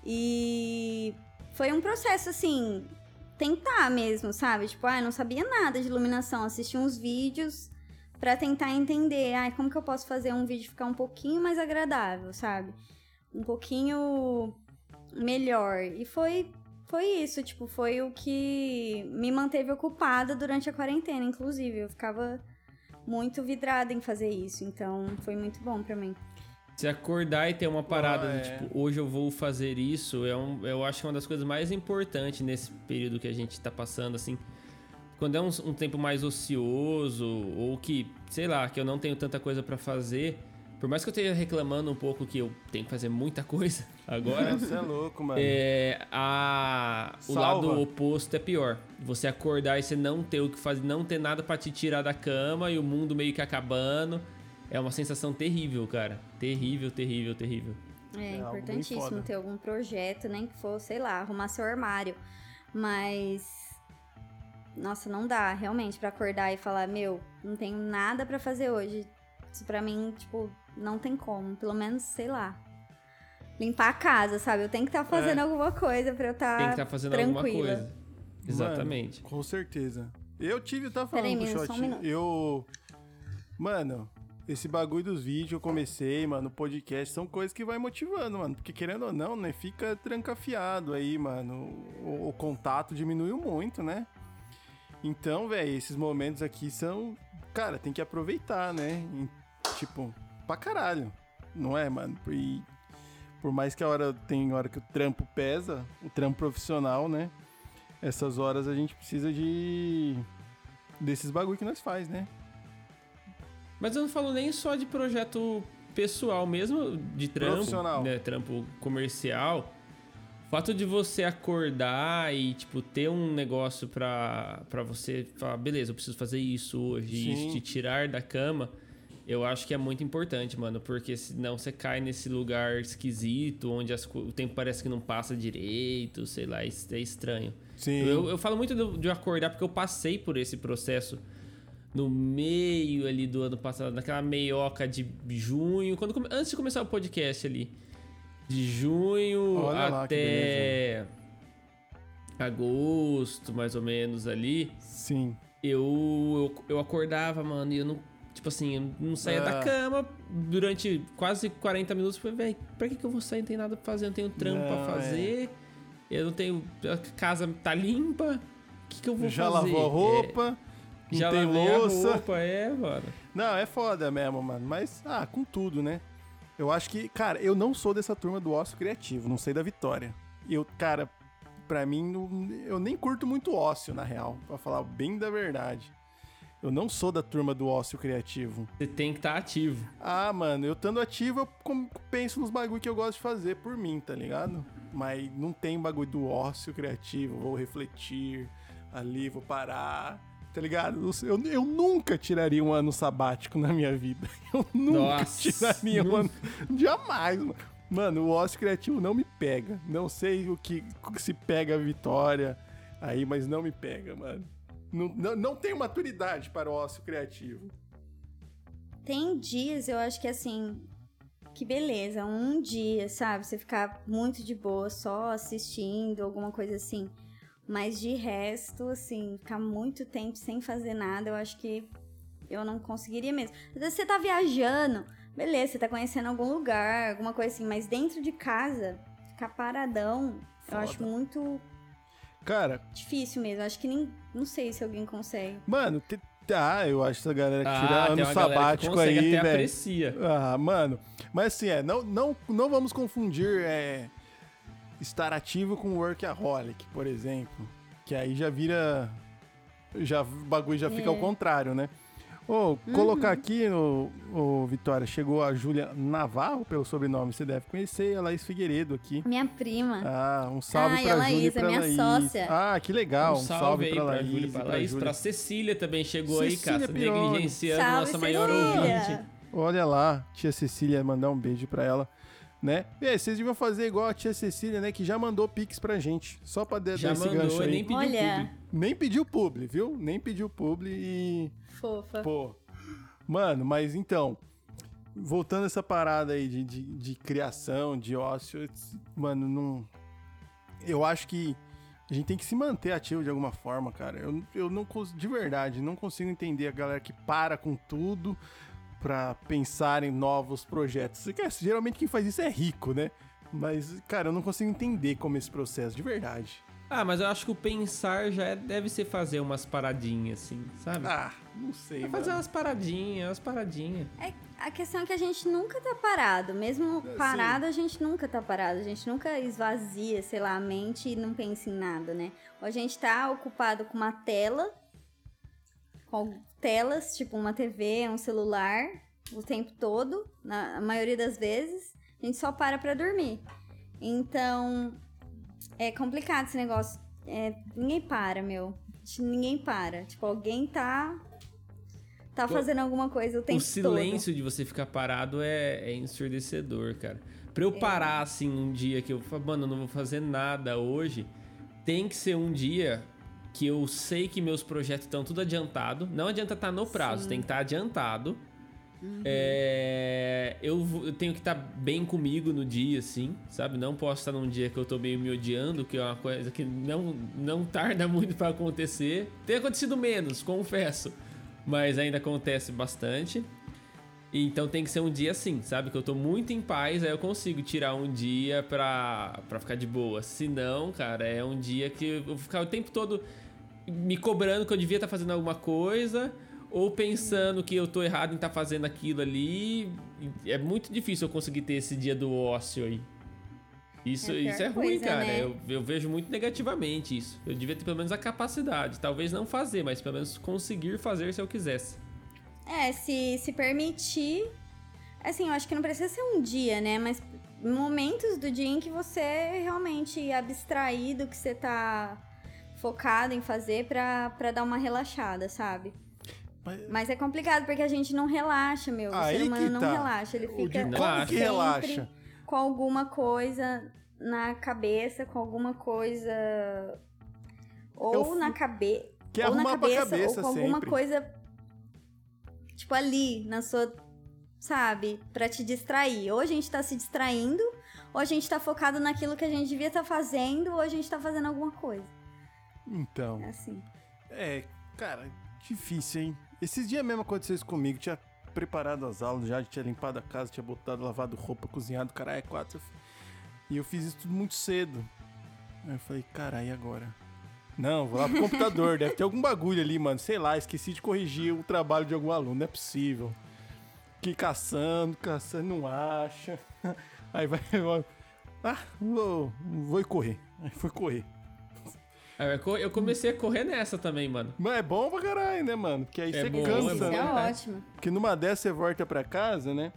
E foi um processo, assim, tentar mesmo, sabe? Tipo, ah, eu não sabia nada de iluminação. Assisti uns vídeos pra tentar entender. Ah, como que eu posso fazer um vídeo ficar um pouquinho mais agradável, sabe? Um pouquinho melhor. E foi, foi isso, tipo, foi o que me manteve ocupada durante a quarentena, inclusive. Eu ficava... muito vidrada em fazer isso, então foi muito bom pra mim. Se acordar e ter uma parada oh, é. do tipo, hoje eu vou fazer isso, é um, eu acho que é uma das coisas mais importantes nesse período que a gente tá passando, assim. Quando é um, um tempo mais ocioso, ou que, sei lá, que eu não tenho tanta coisa pra fazer, por mais que eu esteja reclamando um pouco que eu tenho que fazer muita coisa agora... Você é louco, mano. É, a, o Salva. lado oposto é pior. Você acordar e você não ter o que fazer, não ter nada pra te tirar da cama e o mundo meio que acabando. É uma sensação terrível, cara. Terrível, terrível, terrível. É, É importantíssimo ter algum projeto, nem que for, sei lá, arrumar seu armário. Mas... nossa, não dá, realmente, pra acordar e falar, meu, não tenho nada pra fazer hoje. Isso pra mim, tipo, não tem como. Pelo menos, sei lá, limpar a casa, sabe? Eu tenho que estar tá fazendo é. alguma coisa pra eu estar Tem que estar tá fazendo tranquila. alguma coisa. Exatamente. Mano, com certeza. Eu tive, eu tava falando Peraí, com o menino, Shot, só um minuto. eu... Mano, esse bagulho dos vídeos eu comecei, mano, podcast, são coisas que vai motivando, mano. Porque querendo ou não, né, fica trancafiado aí, mano. O, o contato diminuiu muito, né? Então, velho, esses momentos aqui são... cara, tem que aproveitar, né? tipo, pra caralho. Não é, mano? E por mais que a hora tem hora que o trampo pesa, o trampo profissional, né? Essas horas a gente precisa de desses bagulho que nós faz, né? Mas eu não falo nem só de projeto pessoal, mesmo de trampo, Profissional. né? Trampo comercial. O fato de você acordar e, tipo, ter um negócio pra, pra você falar, beleza, eu preciso fazer isso hoje, Sim. isso te tirar da cama, eu acho que é muito importante, mano, porque senão você cai nesse lugar esquisito, onde as, o tempo parece que não passa direito, sei lá, é estranho. Sim. Eu, eu falo muito do, de acordar porque eu passei por esse processo no meio ali do ano passado, naquela meioca de junho, quando, antes de começar o podcast ali. De junho Olha lá, até agosto, mais ou menos ali. Sim. Eu, eu, eu acordava, mano, e eu não... Tipo assim, eu não saía Ah. da cama durante quase quarenta minutos. Eu falei, velho, pra que, que eu vou sair? Não tem nada pra fazer, não tenho trampo Não, pra fazer. Eu não tenho... A casa tá limpa. O que, que eu vou Já fazer? lavou a roupa, É, não já tem lavei louça. a roupa, é, mano. Não, é foda mesmo, mano. Mas, ah, com tudo, né? Eu acho que, cara, eu não sou dessa turma do ócio criativo, não sei da Vitória. Eu, cara, pra mim, não- eu nem curto muito ócio, na real, pra falar bem da verdade. Eu não sou da turma do ócio criativo. Você tem que estar ativo. Ah, mano, eu estando ativo, eu com- penso nos bagulho que eu gosto de fazer por mim, tá ligado? Mas não tem bagulho do ócio criativo, vou refletir ali, vou parar, tá ligado? Eu, eu nunca tiraria um ano sabático na minha vida. Eu nunca Nossa, tiraria um não- ano. Jamais, mano. Mano, o ócio criativo não me pega. Não sei o que se pega a Vitória aí, mas não me pega, mano. Não, não, não tenho maturidade para o ócio criativo. Tem dias, eu acho que assim, que beleza, um dia, sabe? Você ficar muito de boa, só assistindo, alguma coisa assim. Mas de resto, assim, ficar muito tempo sem fazer nada, eu acho que eu não conseguiria mesmo. Às vezes você tá viajando, beleza, você tá conhecendo algum lugar, alguma coisa assim, mas dentro de casa, ficar paradão, Foda. eu acho muito Cara, difícil mesmo. Acho que nem. Não sei se alguém consegue. mano, te- tá, eu acho essa galera que tira Ah, tem ano uma galera que sabático consegue, aí, até velho. aprecia. Ah, mano. Mas assim, é, não, não, não vamos confundir é, estar ativo com workaholic, por exemplo. Que aí já vira. Já, o bagulho já fica É. ao contrário, né? Ô, colocar aqui, no, ô, Vitória, chegou a Júlia Navarro, pelo sobrenome, você deve conhecer, a Laís Figueiredo aqui. Minha prima. Ah, um salve Ai, pra a Laís, Júlia e a pra minha Laís. sócia. Ah, que legal, Um um salve, salve aí pra pra Laís, Júlia, e pra pra Laís, Júlia. pra Cecília também chegou Cecília aí, cara, Pironi. negligenciando Salve, nossa maior Cecília. ouvinte. Olha lá, tia Cecília, mandar um beijo pra ela, né? E aí, vocês deviam fazer igual a tia Cecília, né? Que já mandou pix pra gente, só pra dar Já esse mandou gancho e aí. nem pediu Olha, publi. Nem pediu publi, viu? Nem pediu publi e... fofa. Pô, mano, mas então, voltando a essa parada aí de, de, de criação, de ócio, mano, não... Eu acho que a gente tem que se manter ativo de alguma forma, cara. Eu, eu não consigo, de verdade, não consigo entender a galera que para com tudo pra pensar em novos projetos. Geralmente quem faz isso é rico, né? Mas, cara, eu não consigo entender como esse processo, de verdade. Ah, mas eu acho que o pensar já é- deve ser fazer umas paradinhas, assim, sabe? Ah, não sei, É mano. fazer umas paradinhas, umas paradinhas. É, a questão é que a gente nunca tá parado. Mesmo É, parado, a gente nunca tá parado. A gente nunca esvazia, sei lá, a mente e não pensa em nada, né? Ou a gente tá ocupado com uma tela, com telas, tipo uma T V, um celular, o tempo todo, na a maioria das vezes. A gente só para pra dormir. Então, é complicado esse negócio. É, ninguém para, meu. Ninguém para. Tipo, alguém tá... Tá Pô, fazendo alguma coisa o tempo O silêncio de você ficar parado é, é ensurdecedor, cara. Pra eu parar, assim, um dia que eu falo, mano, eu não vou fazer nada hoje, tem que ser um dia que eu sei que meus projetos estão tudo adiantado. Não adianta estar no prazo, Sim. tem que estar adiantado. É, eu, vou- eu tenho que estar bem comigo no dia, assim, sabe? Não posso estar num dia que eu tô meio me odiando, que é uma coisa que não, não tarda muito pra acontecer. Tem acontecido menos, confesso, mas ainda acontece bastante. Então tem que ser um dia assim, sabe? Que eu tô muito em paz, aí eu consigo tirar um dia pra, pra ficar de boa. Se não, cara, é um dia que eu vou ficar o tempo todo me cobrando que eu devia estar fazendo alguma coisa, ou pensando que eu tô errado em estar tá fazendo aquilo ali. É muito difícil eu conseguir ter esse dia do ócio aí. Isso é, isso é ruim, coisa, cara. né? Eu, eu vejo muito negativamente isso. Eu devia ter pelo menos a capacidade. Talvez não fazer, mas pelo menos conseguir fazer se eu quisesse. É, se, se permitir... Assim, eu acho que não precisa ser um dia, né? Mas momentos do dia em que você é realmente abstraído, que você tá focado em fazer pra, pra dar uma relaxada, sabe? Mas... Mas é complicado, porque a gente não relaxa, meu. O Aí ser humano que não tá. relaxa. Ele O fica de- como que sempre relaxa? com alguma coisa na cabeça, com alguma coisa... Ou Eu na fu- cabeça... Quer ou na arrumar pra cabeça, cabeça ou com alguma sempre. coisa... Tipo, ali, na sua... Sabe? Pra te distrair. Ou a gente tá se distraindo, ou a gente tá focado naquilo que a gente devia estar fazendo, ou a gente tá fazendo alguma coisa. Então, É assim. é, cara, difícil, hein? Esses dias mesmo aconteceu isso comigo. Tinha preparado as aulas já, tinha limpado a casa, tinha botado, lavado roupa, cozinhado, caralho, é quatro. E eu fiz isso tudo muito cedo. Aí eu falei, caralho, e agora? Não, vou lá pro computador, deve ter algum bagulho ali, mano. Sei lá, esqueci de corrigir o trabalho de algum aluno, não é possível. Fiquei caçando, caçando, não acha. Aí vai, vai ah, vou, vou correr. Aí foi correr. Aí eu co- Eu comecei a correr nessa também, mano. Mas é bom pra caralho, né, mano? Porque aí É você bom, cansa, é bom. Isso né? é né? ótimo. Porque numa dessas você volta pra casa, né?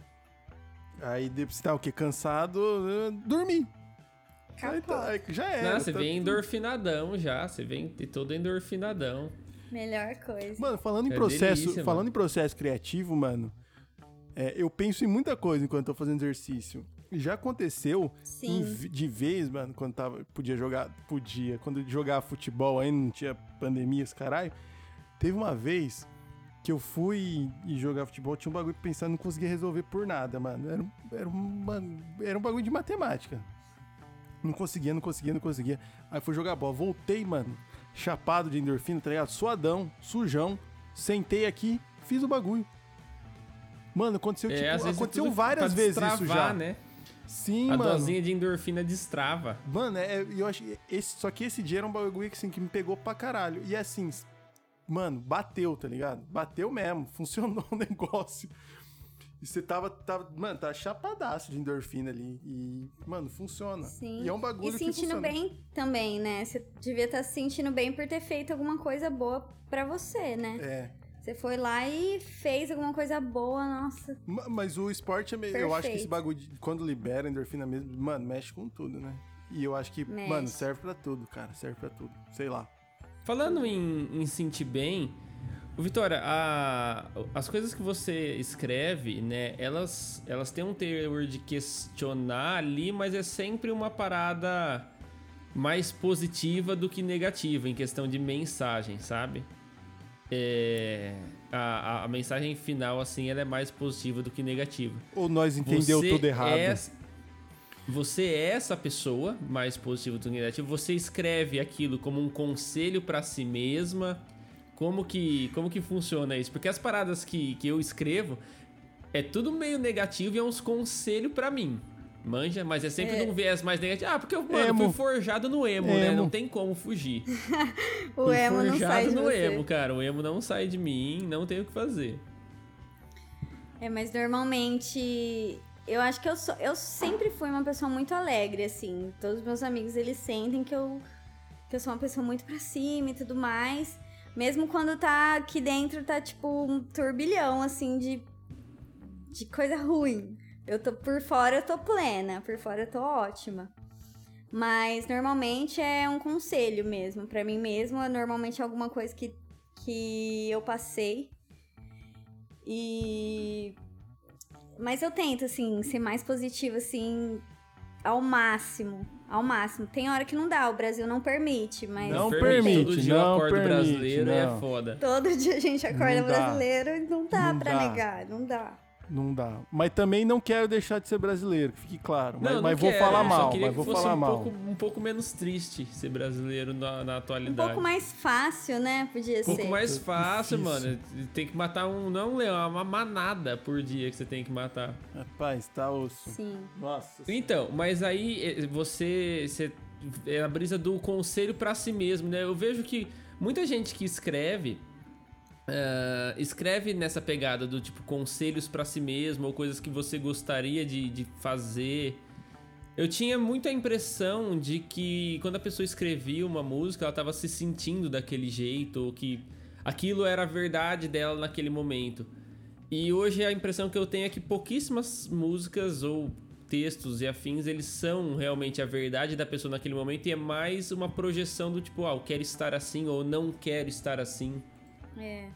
Aí depois você tá o quê? Cansado, uh, dormir. Aí, tá, aí já era. Não, você tá vem tudo- endorfinadão já. Você vem todo endorfinadão. Melhor coisa. Mano, falando em É processo, delícia, falando mano. em processo criativo, mano, é, eu penso em muita coisa enquanto tô fazendo exercício. E já aconteceu Sim. em v- de vez, mano, quando tava, podia jogar, podia, quando eu jogava futebol ainda, não tinha pandemia, esse caralho. Teve uma vez que eu fui e jogar futebol, tinha um bagulho pensando, não conseguia resolver por nada, mano. Era, um- era, uma, era um bagulho de matemática. Não conseguia, não conseguia, não conseguia. Aí fui jogar bola, voltei, mano, chapado de endorfina, tá ligado? Suadão, sujão, sentei aqui, fiz o bagulho. Mano, aconteceu, É, tipo, às vezes é aconteceu tudo várias pra vezes isso destravar, já. né? Sim, A mano. dosinha de endorfina destrava. Mano, é, é- eu acho esse, só que esse dia era um bagulho que, assim, que me pegou pra caralho. E assim, mano, bateu, tá ligado? Bateu mesmo, funcionou o negócio. E você tava, tava, mano, tá chapadaço de endorfina ali. E, mano, funciona. Sim. E é um bagulho E que sentindo funciona. bem também, né? Você devia estar se sentindo bem por ter feito alguma coisa boa pra você, né? É. Você foi lá e fez alguma coisa boa, nossa. Ma- Mas o esporte, é meio- eu acho que esse Perfeito. bagulho, de, quando libera endorfina mesmo, mano, mexe com tudo, né? E eu acho que, Mexe. mano, serve pra tudo, cara. Serve pra tudo. Sei lá. Falando em, em sentir bem, ô, Vitória, a- as coisas que você escreve, né, elas, elas têm um teor de questionar ali, mas é sempre uma parada mais positiva do que negativa em questão de mensagem, sabe? É, a, a- a mensagem final, assim, ela é mais positiva do que negativa. Ou nós entendeu Você tudo errado. é- você é essa pessoa mais positiva do que negativa. Você escreve aquilo como um conselho pra si mesma. Como que, como que funciona isso? Porque as paradas que, que eu escrevo é tudo meio negativo e é uns conselhos pra mim. Manja? Mas é sempre É. num viés mais negativo. Ah, porque eu mano, Emo. fui forjado no emo, né? Emo. Não tem como fugir. O Fui emo não forjado sai de no você. emo, cara. O emo não sai de mim, não tem o que fazer. É, mas normalmente eu acho que eu sou, eu sempre fui uma pessoa muito alegre, assim. Todos os meus amigos, eles sentem que eu que eu sou uma pessoa muito pra cima e tudo mais. Mesmo quando tá aqui dentro, tá tipo um turbilhão, assim, de, de coisa ruim. Eu tô por fora, eu tô plena, por fora eu tô ótima. Mas normalmente é um conselho mesmo, pra mim mesma, normalmente é alguma coisa que, que eu passei. E mas eu tento, assim, ser mais positiva, assim, ao máximo. Ao máximo. Tem hora que não dá, o Brasil não permite, mas Não Todo permite, dia eu não acordo permite, brasileiro e é não. foda. todo dia a gente acorda Não dá. brasileiro e não dá Não pra dá. negar, não dá. Não dá. Mas também não quero deixar de ser brasileiro, que fique claro. Mas, Não, mas não vou quero, falar eu só mal, queria mas que vou fosse falar um mal. Pouco, um pouco menos triste ser brasileiro na, na Um atualidade. pouco mais fácil, né? Podia Um pouco ser. mais fácil, Difícil. mano. Tem que matar um, não um leão, é uma manada por dia que você tem que matar. Rapaz, tá osso. Sim. Nossa. Então, mas aí eh, você, você é a brisa do conselho pra si mesmo, né? Eu vejo que muita gente que escreve Uh, escreve nessa pegada do tipo conselhos pra si mesmo ou coisas que você gostaria de, de fazer. Eu tinha muito a impressão de que quando a pessoa escrevia uma música, ela tava se sentindo daquele jeito, ou que aquilo era a verdade dela naquele momento. E hoje a impressão que eu tenho é que pouquíssimas músicas ou textos e afins, eles são realmente a verdade da pessoa naquele momento, e é mais uma projeção do tipo, ah, eu quero estar assim ou não quero estar assim. É.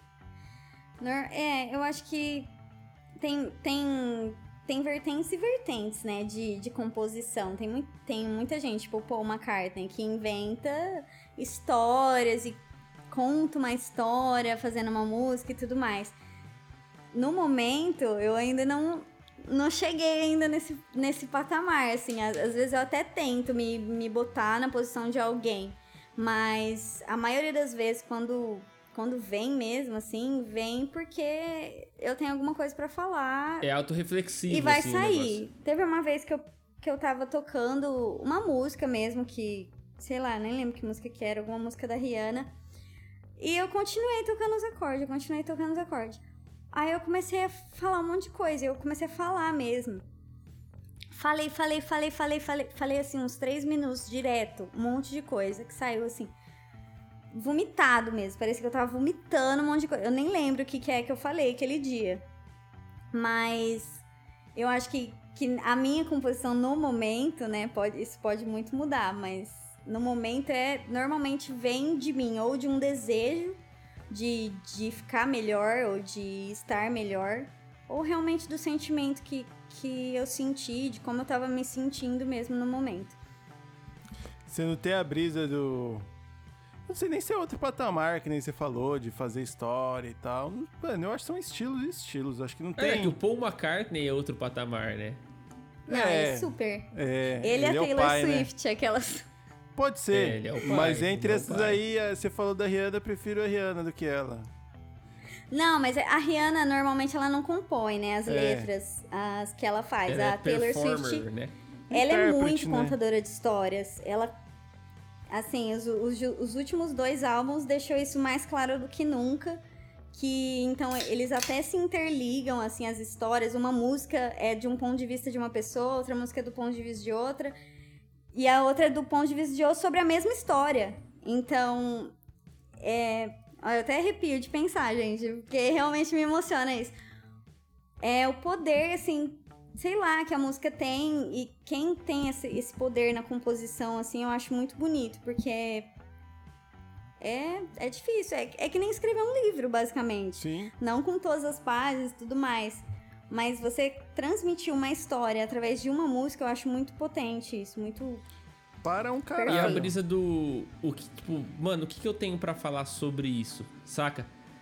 É, eu acho que tem, tem, tem vertentes e vertentes, né, de, de composição. Tem, muito, tem muita gente, tipo o Paul McCartney, que inventa histórias e conta uma história fazendo uma música e tudo mais. No momento, eu ainda não, não cheguei ainda nesse, nesse patamar, assim. Às, às vezes eu até tento me, me botar na posição de alguém, mas a maioria das vezes, quando... Quando vem mesmo, assim, vem porque eu tenho alguma coisa pra falar. É autorreflexivo, e vai assim, sair. Teve uma vez que eu, que eu tava tocando uma música mesmo, que, sei lá, nem lembro que música que era, alguma música da Rihanna. E eu continuei tocando os acordes, eu continuei tocando os acordes. Aí eu comecei a falar um monte de coisa, eu comecei a falar mesmo. Falei, falei, falei, falei, falei, falei assim, uns três minutos direto, um monte de coisa que saiu assim. Vomitado mesmo, parecia que eu tava vomitando um monte de coisa. Eu nem lembro o que, que é que eu falei aquele dia. Mas eu acho que, que a minha composição no momento, né, pode, isso pode muito mudar, mas no momento é, normalmente vem de mim, ou de um desejo de, de ficar melhor, ou de estar melhor, ou realmente do sentimento que, que eu senti, de como eu tava me sentindo mesmo no momento. Você não tem a brisa do... Não sei nem se é outro patamar, que nem você falou, de fazer história e tal. Mano, eu acho que são estilos e estilos. Acho que não tem... É, que o Paul McCartney é outro patamar, né? Não, é, é super. É, ele, ele é a Taylor é o pai, Swift, né? Aquelas... Pode ser, é, ele é o pai, mas entre é essas aí, você falou da Rihanna, eu prefiro a Rihanna do que ela. Não, mas a Rihanna, normalmente, ela não compõe, né? As é. letras, as que ela faz. Ela a é Taylor Swift, né? ela é muito né? contadora de histórias. Ela... Assim, os, os, os últimos dois álbuns deixou isso mais claro do que nunca, que então eles até se interligam, assim, as histórias. Uma música é de um ponto de vista de uma pessoa, outra música é do ponto de vista de outra, e a outra é do ponto de vista de outra sobre a mesma história. Então, é... eu até arrepio de pensar, gente, porque realmente me emociona isso. É o poder, assim... Sei lá, que a música tem, e quem tem esse, esse poder na composição, assim, eu acho muito bonito, porque é, é difícil, é, é que nem escrever um livro, basicamente. Sim. Não com todas as páginas e tudo mais, mas você transmitir uma história através de uma música, eu acho muito potente isso, muito... Para um caralho. E a brisa do... O que, tipo, mano, o que, que eu tenho pra falar sobre isso, saca?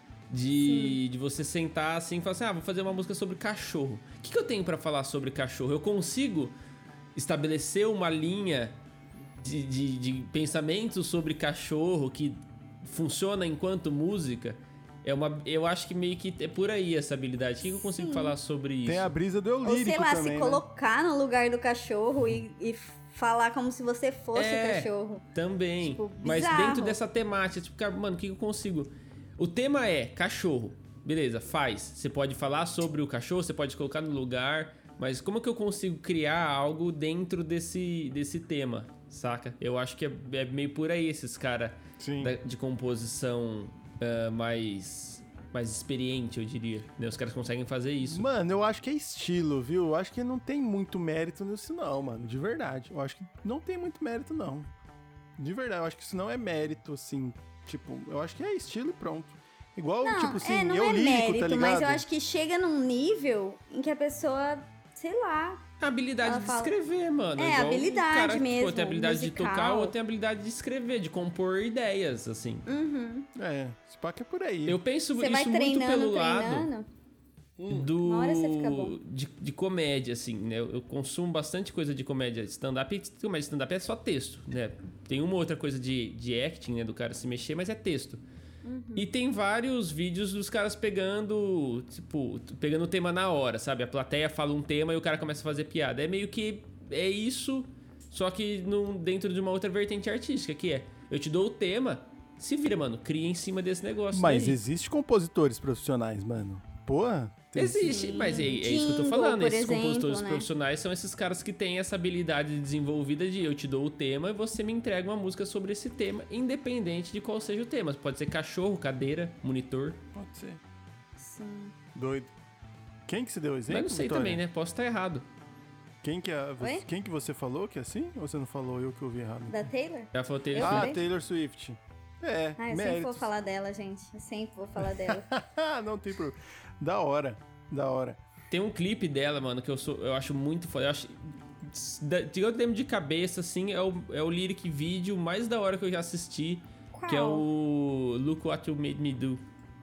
De, de você sentar assim e falar assim, ah, vou fazer uma música sobre cachorro. O que, que eu tenho pra falar sobre cachorro? Eu consigo estabelecer uma linha de, de, de pensamento sobre cachorro que funciona enquanto música? É uma, eu acho que meio que é por aí essa habilidade. O que, que eu consigo Sim. falar sobre isso? Tem a brisa do eu lírico Ou sei lá, também, se né? colocar no lugar do cachorro e, e falar como se você fosse é, o cachorro. Também. Tipo, mas bizarro. dentro dessa temática, tipo, cara, mano, o que, que eu consigo... O tema é cachorro. Beleza, faz. Você pode falar sobre o cachorro, você pode colocar no lugar, mas como que eu consigo criar algo dentro desse, desse tema, saca? Eu acho que é, é meio por aí esses caras de composição uh, mais, mais experiente, eu diria. Né? Os caras conseguem fazer isso. Mano, eu acho que é estilo, viu? Eu acho que não tem muito mérito nisso não, mano. De verdade. Eu acho que não tem muito mérito, não. De verdade, eu acho que isso não é mérito, assim... Tipo, eu acho que é estilo e pronto. Igual, não, tipo assim, é, não eu é lírico, mérito, tá ligado? mas eu acho que chega num nível em que a pessoa, sei lá... A habilidade de fala... escrever, mano. É, igual habilidade o cara, mesmo, pô, tem habilidade musical. de tocar ou tem habilidade de escrever, de compor ideias, assim. Uhum. É, esse pack é por aí. Eu penso Você isso vai muito treinando, pelo treinando. lado do... Uma hora você fica bom. De, de comédia, assim, né? Eu, eu consumo bastante coisa de comédia. Stand-up, comédia stand-up é só texto, né? Tem uma outra coisa de, de acting, né? Do cara se mexer, mas é texto. Uhum. E tem vários vídeos dos caras pegando, tipo, pegando o tema na hora, sabe? A plateia fala um tema e o cara começa a fazer piada. É meio que é isso, só que num, dentro de uma outra vertente artística, que é, eu te dou o tema Se vira, mano, cria em cima desse negócio. Mas daí. existe compositores profissionais, mano. Porra. Tem... Existe, mas é, é isso que eu tô Jingle, falando. por Esses exemplo, compositores né? profissionais são esses caras que têm essa habilidade desenvolvida de eu te dou o tema e você me entrega uma música sobre esse tema, independente de qual seja o tema. Pode ser cachorro, cadeira, monitor. Pode ser. Sim. Doido. Quem que se deu o exemplo, Mas não sei Vitória? também, né? Posso estar errado. Quem que, é, Oi? quem que você falou que é assim? Ou você não falou? Eu que ouvi errado. Da Taylor? Já faltei Eu ah, falei? Taylor Swift. É, Ah, eu sempre méritos. vou falar dela, gente. Eu sempre vou falar dela. Não tem problema. Da hora, da hora. Tem um clipe dela, mano, que eu, sou, eu acho muito foda. Eu acho. Da, que eu lembro de cabeça, assim, é o, é o lyric vídeo mais da hora que eu já assisti. Qual? Que é o Look What You Made Me Do.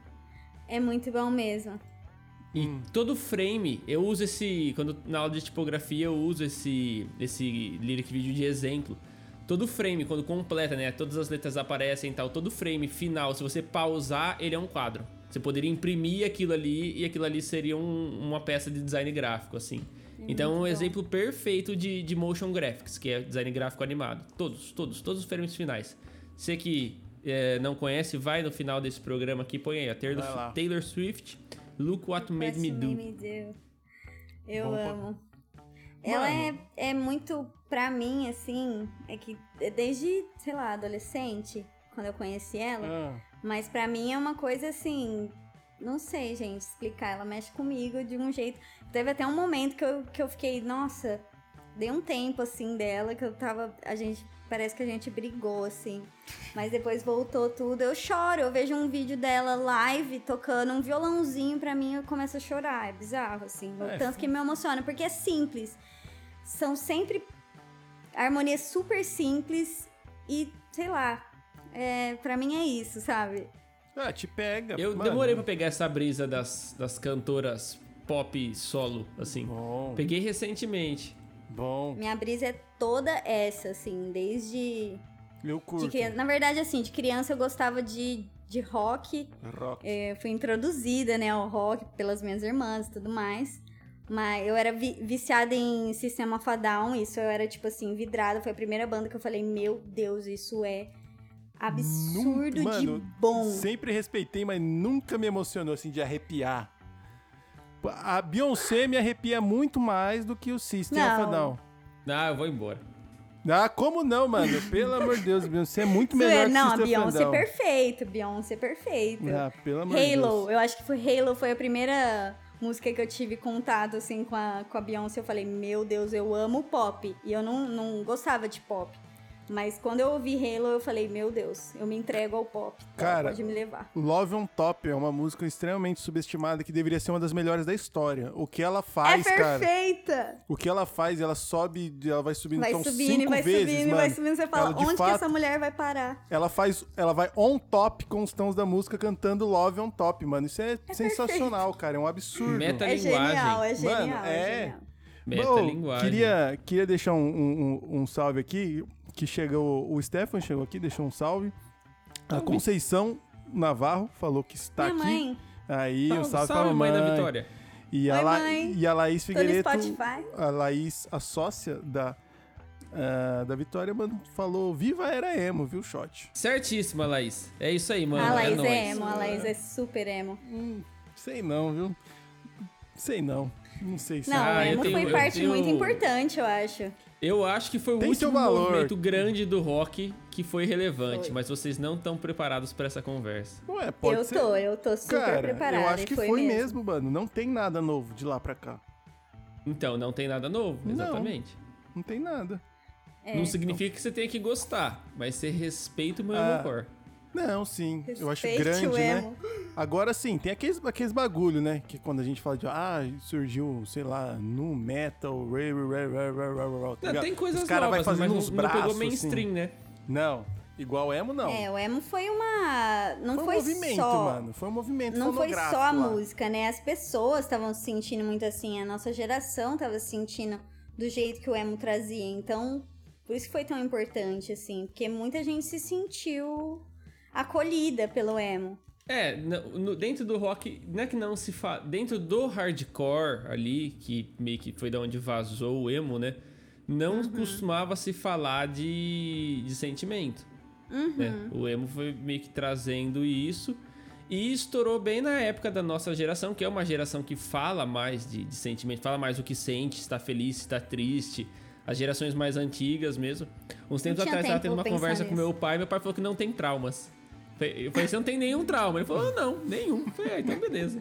É muito bom mesmo. E Hum. todo frame, eu uso esse... Quando na aula de tipografia eu uso esse, esse lyric vídeo de exemplo. Todo frame, quando completa, né? Todas as letras aparecem e tal. Todo frame final, se você pausar, ele é um quadro. Você poderia imprimir aquilo ali e aquilo ali seria um, uma peça de design gráfico, assim. É Então é um muito bom. exemplo perfeito de, de motion graphics, que é design gráfico animado. Todos, todos, todos os frames finais. Você que é, não conhece, vai no final desse programa aqui, põe aí, a Taylor, Vai lá. Taylor Swift, Look What Made Me What Do. You Made Me Do. Eu Bom, amo. Ela é, é muito, pra mim, assim, é que desde, sei lá, adolescente, quando eu conheci ela, Ah, mas pra mim é uma coisa assim, não sei, gente, explicar. Ela mexe comigo de um jeito. Teve até um momento que eu, que eu fiquei, nossa, dei um tempo assim dela, que eu tava. A gente. Parece que a gente brigou, assim. Mas depois voltou tudo. Eu choro, eu vejo um vídeo dela live tocando um violãozinho pra mim, eu começo a chorar. É bizarro, assim. O É, tanto que me emociona, porque é simples. São sempre harmonias super simples e, sei lá. É, pra mim é isso, sabe? ah, te pega. Eu mano. demorei pra pegar essa brisa das, das cantoras pop solo, assim. Bom, Peguei recentemente. bom. Minha brisa é toda essa, assim, desde. Eu De curto. criança. Na verdade, assim, de criança eu gostava de, de rock. Rock. Eu fui introduzida, né, ao rock pelas minhas irmãs e tudo mais. Mas eu era vi- viciada em System of a Down, isso eu era, tipo assim, vidrada. Foi a primeira banda que eu falei, meu Deus, isso é absurdo Nunca- mano, de bom. Sempre respeitei, mas nunca me emocionou assim de arrepiar. A Beyoncé me arrepia muito mais do que o System of a Não. Down. Ah, eu vou embora. Ah, como não, mano? Pelo amor de Deus, Beyoncé é muito Isso é- melhor que não, a System of a Beyoncé é Down. perfeito, Beyoncé é perfeito. Ah, pelo amor de Halo, Deus. eu acho que foi Halo, foi a primeira música que eu tive contato, assim, com a, com a Beyoncé. Eu falei, meu Deus, eu amo pop. E eu não, não gostava de pop. Mas quando eu ouvi Halo, eu falei, meu Deus, eu me entrego ao pop. Tá? Cara, Pode me levar. Love on Top é uma música extremamente subestimada que deveria ser uma das melhores da história. O que ela faz, é cara... perfeita! O que ela faz, ela sobe, ela vai subindo Vai então subindo, cinco vai vezes, subindo, mano. vai subindo. Você fala, Ela, de onde fato, que essa mulher vai parar? Ela faz, ela vai on top com os tons da música cantando Love on Top, mano. Isso é, sensacional, cara. É um absurdo. Meta É linguagem. genial, é genial, Mano, é é- genial. Meta Bom, linguagem. Queria, queria deixar um, um, um salve aqui, que chegou, o Stefan chegou aqui, deixou um salve. A Salve. Conceição Navarro falou que está Minha aqui. mãe, Aí, Salve, um salve, salve, pra mãe mamãe. da Vitória. E a, Oi, La- mãe. e a Laís tô no Figueiredo, Spotify. a Laís, a sócia da, ah, da Vitória, mano, falou, viva a era emo, viu, Shot? Certíssima, Laís. É isso aí, mano. a é Laís nóis. é emo, a Laís é super emo. Hum, sei não, viu? Sei não. Não sei se... Não, Ah, o eu emo tenho- foi eu parte tenho- muito importante, eu acho. Eu acho que foi o Tem seu último valor. movimento grande do rock que foi relevante, Foi. mas vocês não estão preparados pra essa conversa. Ué, pode eu ser. tô, eu tô super Cara, preparada. eu acho e que foi, foi mesmo. mesmo, mano. Não tem nada novo de lá pra cá. Então, não tem nada novo, Não. exatamente. Não tem nada. É. Não significa que você tenha que gostar, mas você respeita o meu Ah, emocore. Não, sim. eu acho Respeite grande, o né? emo. Agora sim, tem aqueles, aqueles bagulho, né? Que quando a gente fala de, ah, surgiu, sei lá, nu metal, rah, rah, rah, rah, rah, rah, tá Não, ligado? tem coisas Os cara vai novas, fazendo mas uns não, não braços, pegou mainstream, assim. né? Não, igual emo, não. É, o emo foi uma... Não foi um foi, movimento, só... mano. Foi um movimento Não foi fonográfico só a lá. música, né? As pessoas estavam se sentindo muito assim, a nossa geração tava se sentindo do jeito que o emo trazia. Então, por isso que foi tão importante, assim, porque muita gente se sentiu acolhida pelo emo. É, no- no- dentro do rock, não é que não se fala. Dentro do hardcore ali, que meio que foi da onde vazou o emo, né? Não Uhum. costumava se falar de, de sentimento. Uhum. Né? O emo foi meio que trazendo isso. E estourou bem na época da nossa geração, que é uma geração que fala mais de, de sentimento, fala mais o que sente, se tá feliz, se tá triste. As gerações mais antigas mesmo. Uns tempos Não tinha atrás eu tava tempo tendo uma pensar conversa com nisso. meu pai, meu pai falou que não tem traumas. Eu falei, você não tem nenhum trauma? Ele falou, não, nenhum. Eu falei, ah, então beleza.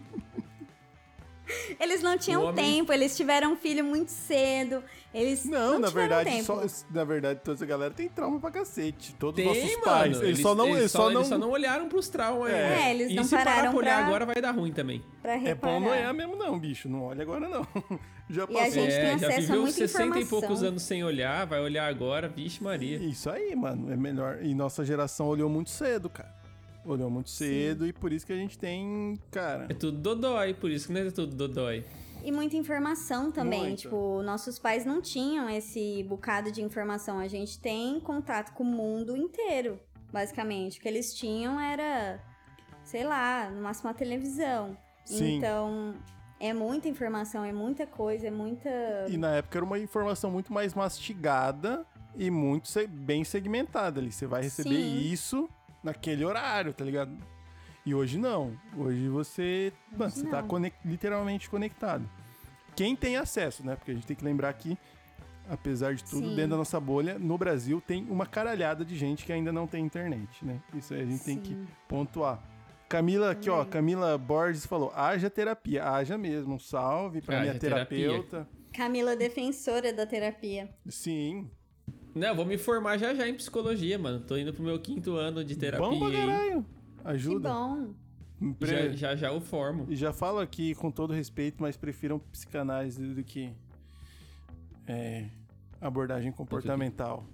Eles não tinham O homem- tempo, eles tiveram um filho muito cedo. Eles Não, não, na tiveram verdade, tempo. só, na verdade, toda essa galera tem trauma pra cacete. Todos os Tem, nossos mano. pais. Eles, só não. Eles só não... eles só não olharam pros traumas ainda. É, eles e não se parar pararam pra olhar pra- agora vai dar ruim também. Pra É reparar. bom não é mesmo, não, bicho. Não olha agora, não. Já E a passou. gente tem É, já acesso a viveu muita sessenta e informação. poucos anos sem olhar, vai olhar agora, vixe Maria. Isso aí, mano. É melhor. E nossa geração olhou muito cedo, cara. Olhou muito cedo e por isso que a gente tem, cara. É tudo dodói, por isso que não é tudo dodói. E muita informação também. Muita. Tipo, nossos pais não tinham esse bocado de informação. A gente tem contato com o mundo inteiro, basicamente. O que eles tinham era, sei lá, no máximo a televisão. Sim. Então, é muita informação, é muita coisa, é muita. E na época era uma informação muito mais mastigada e muito se- bem segmentada ali. Você vai receber Sim. isso naquele horário, tá ligado? E hoje não. Hoje você, mano, você tá não. conec- literalmente conectado. Quem tem acesso, né? Porque a gente tem que lembrar que, apesar de tudo, Sim. dentro da nossa bolha, no Brasil tem uma caralhada de gente que ainda não tem internet, né? Isso aí a gente tem que Sim. pontuar. Camila, aqui ó, Também. Camila Borges falou, haja terapia, haja mesmo, um salve pra Haja minha terapia. terapeuta. Camila, defensora da terapia. Sim, Não, eu vou me formar já já em psicologia, mano. Tô indo pro meu quinto ano de terapia bom pra aí. caralho, Que ajuda. bom. Pre- Já, já já eu formo. E já falo aqui com todo respeito, mas prefiram psicanálise do que é, abordagem comportamental.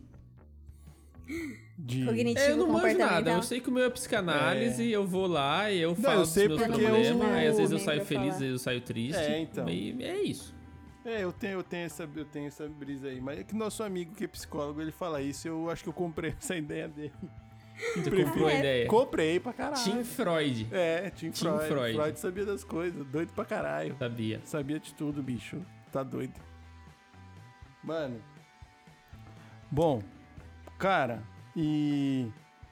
De... Cognitivo É, eu não manjo comportamental. nada, eu sei que o meu é psicanálise, eu vou lá e eu Não, falo eu dos sei meus porque problemas, eu- aí às vezes eu Nem saio pra feliz, falar. às vezes eu saio triste. É, então. E é isso. É, eu tenho, eu, tenho essa, eu tenho essa brisa aí, mas é que nosso amigo que é psicólogo, ele fala isso, eu acho que eu comprei essa ideia dele. Você Prefiro- comprou a É. ideia. Comprei pra caralho. Tim Freud, É, Tim Tim Freud. Freud. Freud sabia das coisas, doido pra caralho. sabia. Sabia de tudo, bicho. Tá doido. Mano. Bom, cara, e.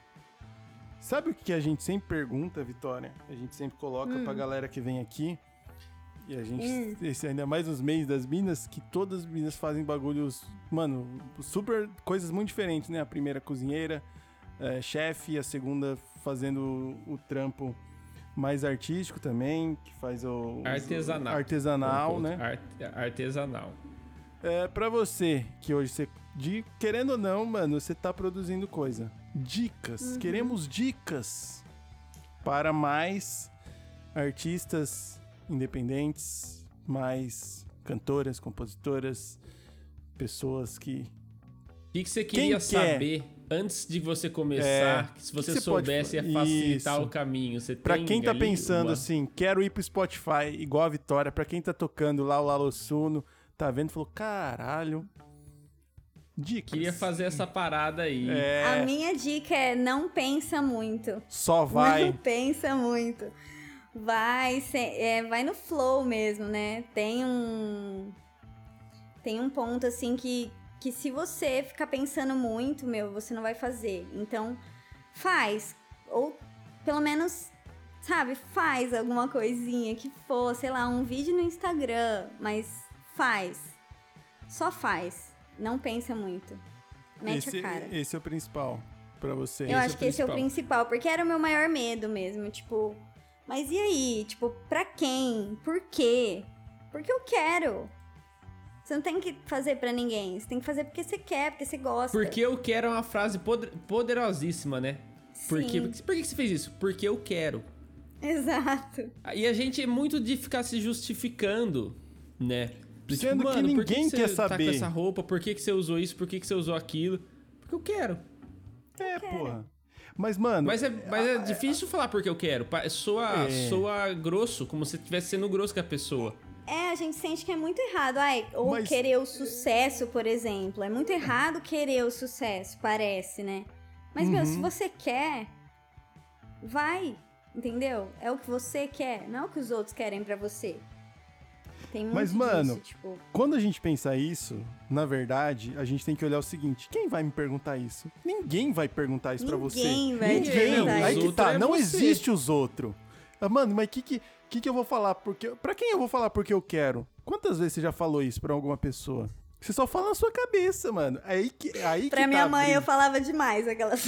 Sabe o que a gente sempre pergunta, Vitória? A gente sempre coloca Hum. pra galera que vem aqui. E a gente, Hum. esse, ainda mais nos meios das minas, que todas as minas fazem bagulhos, mano, super. Coisas muito diferentes, né? A primeira cozinheira, é, chefe, a segunda fazendo o, o trampo mais artístico também, que faz o. Artesanal. Artesanal, Um né? ponto. Art- artesanal. É, pra você, que hoje você. De, querendo ou não, mano, você tá produzindo coisa. Dicas. Queremos dicas para mais artistas independentes, mais cantoras, compositoras, pessoas que. O que, que você Quem queria quer? saber antes de você começar? É, que se que você você pode soubesse ia fa- facilitar Isso. o caminho. Você Pra tem quem tá ali pensando uma- assim, quero ir pro Spotify igual a Vitória, pra quem tá tocando lá o Lalo Suno, tá vendo, falou, caralho. Dicas. Queria fazer essa parada aí. É, A minha dica é não pensa muito. só vai. Não pensa muito. Vai, se- é, vai no flow mesmo, né? Tem um. Tem um ponto assim que, que se você ficar pensando muito, meu, você não vai fazer. Então, faz. Ou pelo menos, sabe, faz alguma coisinha que for, sei lá, um vídeo no Instagram, mas faz. Só faz. Não pensa muito. Mete esse, a cara. esse é o principal pra você. Eu acho é o que esse é o principal. principal, porque era o meu maior medo mesmo, tipo, mas e aí? Tipo, pra quem? Por quê? Porque eu quero. Você não tem que fazer pra ninguém, você tem que fazer porque você quer, porque você gosta. Porque eu quero é uma frase poder- poderosíssima, né? Por quê? Sim. Por que você fez isso? Porque eu quero. Exato. E a gente é muito de ficar se justificando, né? Do Sendo que por ninguém você quer tá saber. com essa roupa? Por que, que você usou isso? Por que, que você usou aquilo? Porque eu quero. É, porra. Mas, mano. Mas é, mas é difícil falar porque eu quero. Pa- Soa, É. soa grosso, como se estivesse sendo grosso com a pessoa. É, a gente sente que é muito errado. Ai, ou Mas- querer o sucesso, por exemplo. É muito errado querer o sucesso, parece, né? Mas, meu, se Uhum. você quer, vai. Entendeu? É o que você quer, não é o que os outros querem pra você. Tem muito Mas, mano, disso, tipo... quando a gente pensa isso, na verdade, a gente tem que olhar o seguinte: quem vai me perguntar isso? Ninguém vai perguntar isso pra você. Ninguém vai te Ninguém. perguntar Aí isso. que tá, É não você. existe os outros. Ah, Mano, mas o que, que, que, que eu vou falar? Porque, pra quem eu vou falar porque eu quero? Quantas vezes você já falou isso pra alguma pessoa? Você só fala na sua cabeça, mano. Aí que, aí Pra que minha tá mãe a eu brisa. falava demais aquelas...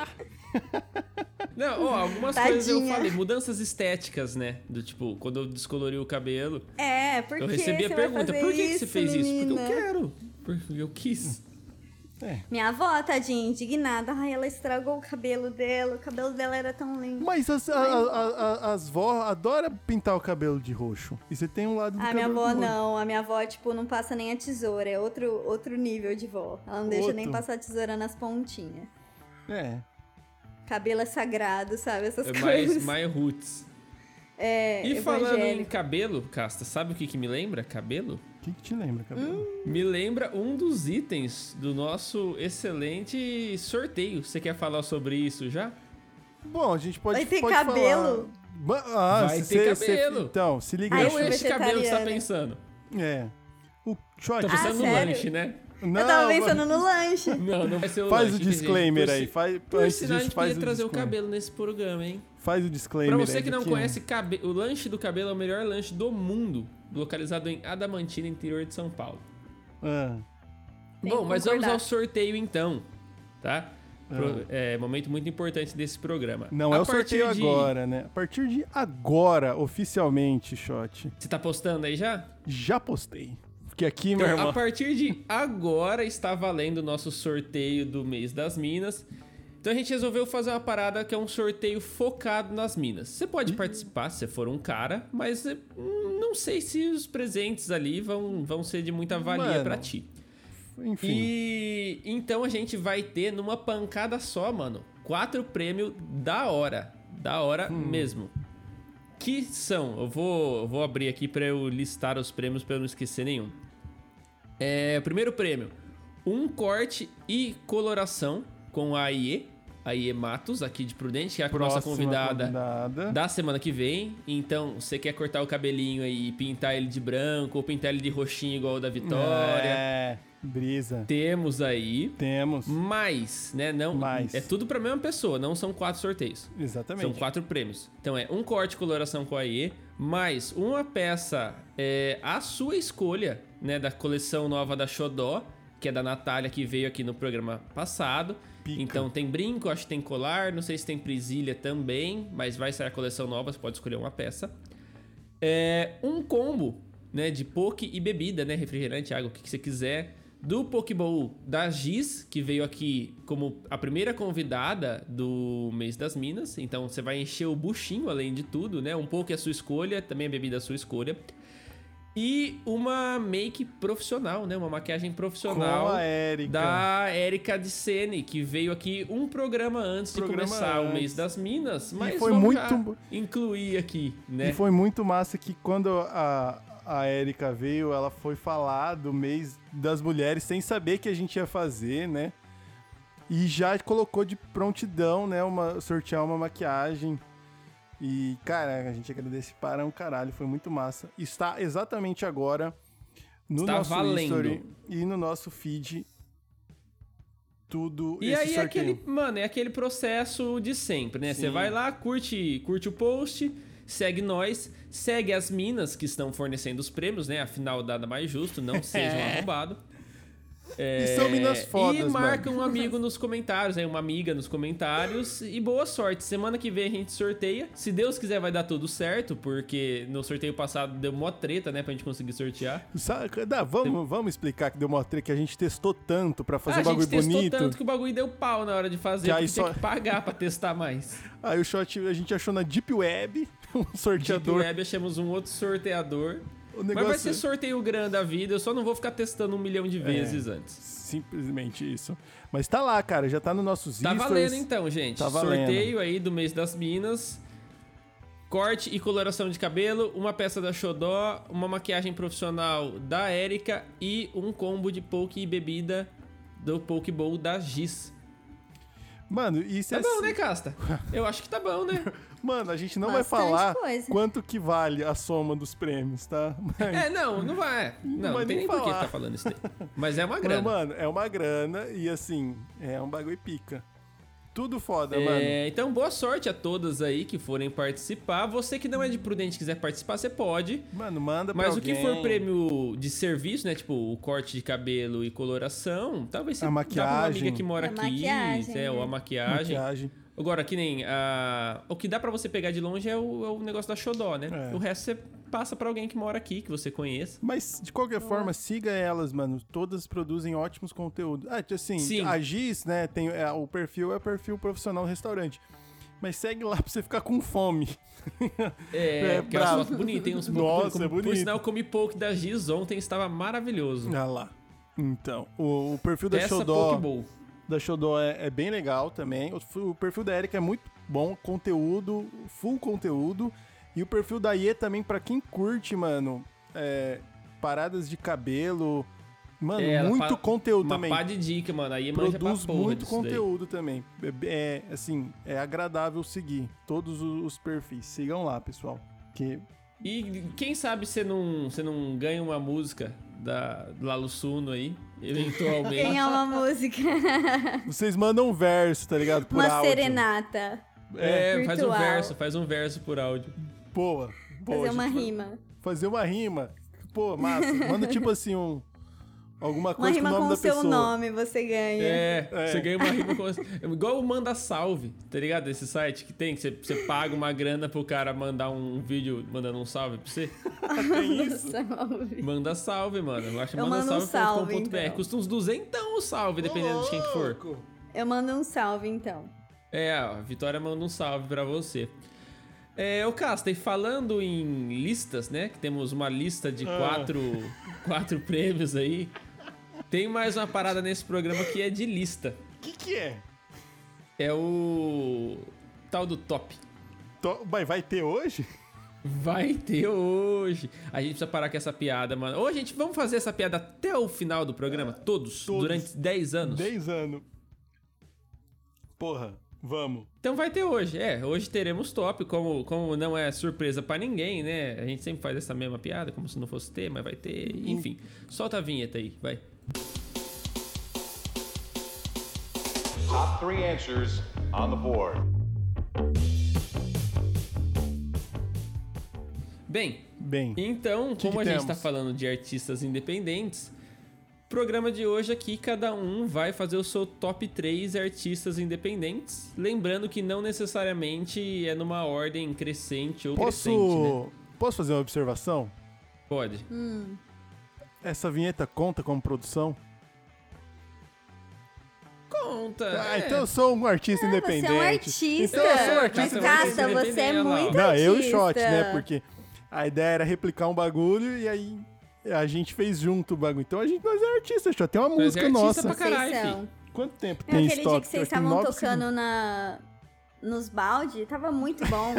Não, ó, algumas coisas eu Tadinha. falei, mudanças estéticas, né? Do tipo, quando eu descolori o cabelo, É, por que eu recebi a você pergunta, vai fazer por que, que isso, você fez isso? Porque eu menina? quero. Porque eu quis. É. Minha avó, tadinha, indignada. Ai, ela estragou o cabelo dela. O cabelo dela era tão lindo. Mas as, a- a- a- as vó adoram pintar o cabelo de roxo. E você tem um lado do A minha cabelo avó de roxo. não. A minha avó, tipo, não passa nem a tesoura. É outro, outro nível de vó. Ela não deixa Outro. nem passar a tesoura nas pontinhas. É. Cabelo é sagrado, sabe? Essas É coisas. mais, mais roots. É, E falando em evangélico. cabelo, Casta, sabe o que, que me lembra? Cabelo? O que, que te lembra, cabelo? Hum. Me lembra um dos itens do nosso excelente sorteio. Você quer falar sobre isso já? Bom, a gente pode Vai ter pode cabelo? falar. Ba- Ah, Vai cê- ter cê- cabelo. Então, se liga Ai, aí. eu Não sou esse cabelo que você tá vegetariana. pensando. É. O shot. Tá Ah, pensando no sério? lanche, né? Não, Eu tava pensando no lanche. Não, não vai ser o Faz lanche. o disclaimer gente. aí. Por, Faz, por antes sinal, a disso, gente faz podia trazer o disclaimer. cabelo nesse programa, hein? Faz o disclaimer. Pra você aí que do não é. conhece, cabe... o lanche do cabelo é o melhor lanche do mundo, localizado em Adamantina, interior de São Paulo. Ah, Tem Bom, que mas vamos concordar. ao sorteio então, tá? Pro- É momento muito importante desse programa. não A é o partir sorteio de- agora, né? A partir de agora, oficialmente, shot. Você tá postando aí já? Já postei. Porque aqui, meu Então, irmão. a partir de agora está valendo o nosso sorteio do mês das minas. Então a gente resolveu fazer uma parada que é um sorteio focado nas minas. Você pode participar se você for um cara, mas eh, não sei se os presentes ali vão, vão ser de muita valia Mano, pra ti. Enfim. E então a gente vai ter numa pancada só, mano, quatro prêmios da hora. Da hora mesmo. Que são, eu vou, eu vou abrir aqui pra eu listar os prêmios pra eu não esquecer nenhum. É, primeiro prêmio, um corte e coloração com a Aie, Aie Matos, aqui de Prudente, que é a nossa Próxima convidada convidada. da semana que vem. Então, você quer cortar o cabelinho aí e pintar ele de branco ou pintar ele de roxinho igual o da Vitória? É, brisa. Temos aí. Temos. Mais, né? Não, Mais. É tudo pra mesma pessoa, não são quatro sorteios. Exatamente. São quatro prêmios. Então é um corte e coloração com a Aie, mais uma peça é, à sua escolha, né? Da coleção nova da Xodó, que é da Natália, que veio aqui no programa passado. Pica. Então tem brinco, acho que tem colar, não sei se tem presilha também, mas vai sair a coleção nova, você pode escolher uma peça. É, um combo, né? De poke e bebida, né? Refrigerante, água, o que, que você quiser. Do Pokéball da Giz, que veio aqui como a primeira convidada do mês das minas. Então você vai encher o buchinho, além de tudo, né? Um pouco é a sua escolha, também a bebida é a sua escolha. E uma make profissional, né? Uma maquiagem profissional Com a Érica. da Érica de Sene, que veio aqui um programa antes Programa de começar antes. o mês das minas. Mas foi vamos muito- já incluir aqui, né? E foi muito massa que quando a, a Érica veio, ela foi falar do mês das mulheres sem saber que a gente ia fazer, né? E já colocou de prontidão, né? Uma, sortear uma maquiagem. E, cara, a gente agradece para um caralho, foi muito massa. Está exatamente agora no Está nosso valendo. history e no nosso feed tudo E esse aí é sorteio. aquele, mano, é aquele processo de sempre, né? Você Sim. vai lá, curte, curte o post, segue nós, segue as minas que estão fornecendo os prêmios, né? Afinal, nada mais justo, não seja um arrombado. É, E são minas fodas, E marca mano. um amigo nos comentários, aí uma amiga nos comentários. E boa sorte. Semana que vem a gente sorteia. Se Deus quiser, vai dar tudo certo, porque no sorteio passado deu mó treta, né? Pra gente conseguir sortear. Saca? Dá, vamos, vamos explicar que deu uma treta que a gente testou tanto pra fazer Ah, um bagulho a gente testou bonito. tanto que o bagulho deu pau na hora de fazer, Que aí porque tinha só- que pagar pra testar mais. Aí o shot a gente achou na Deep Web um Deep sorteador. Web achamos um outro sorteador. O Mas vai negócio ser sorteio grande da vida, eu só não vou ficar testando um milhão de vezes antes. simplesmente isso. Mas tá lá, cara, já tá nos nossos Tá stories. valendo então, gente. Tá valendo. Sorteio aí do mês das minas. Corte e coloração de cabelo, uma peça da Xodó, uma maquiagem profissional da Érica e um combo de poke e bebida do Pokéball da Giz. Mano, isso Tá é bom, né, Casta? Eu acho que tá bom, né? Mano, a gente não Bastante vai falar coisa. quanto que vale a soma dos prêmios, tá? Mas, É, não, não vai. Não, não, vai tem nem nem por que falar. tá falando isso daí. Mas é uma mas, grana. mano, é uma grana e assim, é um bagulho pica. Tudo foda, mano. É, então, boa sorte a todas aí que forem participar. Você que não é de Prudente e quiser participar, você pode. Mano, manda pra Mas o alguém. que for prêmio de serviço, né? Tipo, o corte de cabelo e coloração, talvez você A dá pra uma maquiagem. amiga que mora A aqui, maquiagem, é, ou a né? maquiagem. Maquiagem. Agora, que nem a... o que dá pra você pegar de longe é o, é o negócio da Xodó, né? É. O resto você passa pra alguém que mora aqui, que você conheça. Mas, de qualquer forma, siga elas, mano. Todas produzem ótimos conteúdos. Ah, assim, Sim. a Giz, né, tem, é, o perfil é o perfil profissional do restaurante. Mas segue lá pra você ficar com fome. É, É, porque é uma bravo. foto bonita, tem uns Nossa, por, é Por bonito. sinal, eu comi poke da Giz ontem, estava maravilhoso. Olha lá. Então, o, o perfil da Essa Xodó, Pokeball. da Xodó é, é bem legal também. O, o perfil da Erika é muito bom, conteúdo, full conteúdo. E o perfil da Iê também, pra quem curte, mano, é, paradas de cabelo. Mano, É, ela muito fa- conteúdo Uma também. pá de dica, mano. Aí manja pra Produz porra muito disso daí. conteúdo também. É, é, assim, é agradável seguir todos os, os perfis. Sigam lá, pessoal. Que E quem sabe você não, você não ganha uma música da Lalo Suno aí, eventualmente. Ganhar uma música. vocês mandam um verso, tá ligado? Por uma áudio. serenata. É, faz um Virtual. verso, faz um verso por áudio. Boa. boa, Fazer uma gente. rima. Fazer uma rima. Pô, massa. Manda tipo assim um... Alguma Uma coisa com rima o nome com da o seu pessoa. nome, você ganha. É, É. você ganha uma rima com... Igual o Manda Salve, tá ligado? Esse site que tem, que você, você paga uma grana pro cara mandar um vídeo mandando um salve pra você. Tem isso? Salve. Manda salve, mano. Eu acho que Eu manda mando um salve, salve.com.br. então. Custa uns duzentão o salve, dependendo de quem que for. Louco. Eu mando um salve, então. É, a Vitória manda um salve pra você. É, ô Casta, e falando em listas, né? Que temos uma lista de Ah. quatro, quatro prêmios aí. Tem mais uma parada nesse programa que é de lista. O que que é? É o tal do top. To- Vai, vai ter hoje? Vai ter hoje. A gente precisa parar com essa piada, mano. Ô, gente, vamos fazer essa piada até o final do programa? Todos? Todos. Durante dez anos? dez anos. Porra, vamos. Então vai ter hoje. É, hoje teremos top, como, como não é surpresa pra ninguém, né? A gente sempre faz essa mesma piada, como se não fosse ter, mas vai ter. Enfim, solta a vinheta aí, vai. Top three answers on the board. Bem, Bem, então, Que como que a gente temos? tá falando de artistas independentes, programa de hoje aqui, cada um vai fazer o seu top três artistas independentes. Lembrando que não necessariamente é numa ordem crescente ou posso, crescente, né? posso fazer uma observação? Pode. Essa vinheta conta como produção? Conta. Ah, é. então eu sou um artista Você independente. é um artista. Então eu sou um É, artista você é um Casta, artista independente. você é independente, olha lá. muito Não, eu e o artista. Shot, né? Porque a ideia era replicar um bagulho e aí a gente fez junto o bagulho. Então a gente, nós é artista, Shot. Tem uma Nós é música artista nossa. pra caralho, Vocês filho. são. Quanto tempo Meu, tem aquele dia estoque? que vocês Acho tem estavam nove tocando segundos. na... nos balde, tava muito bom.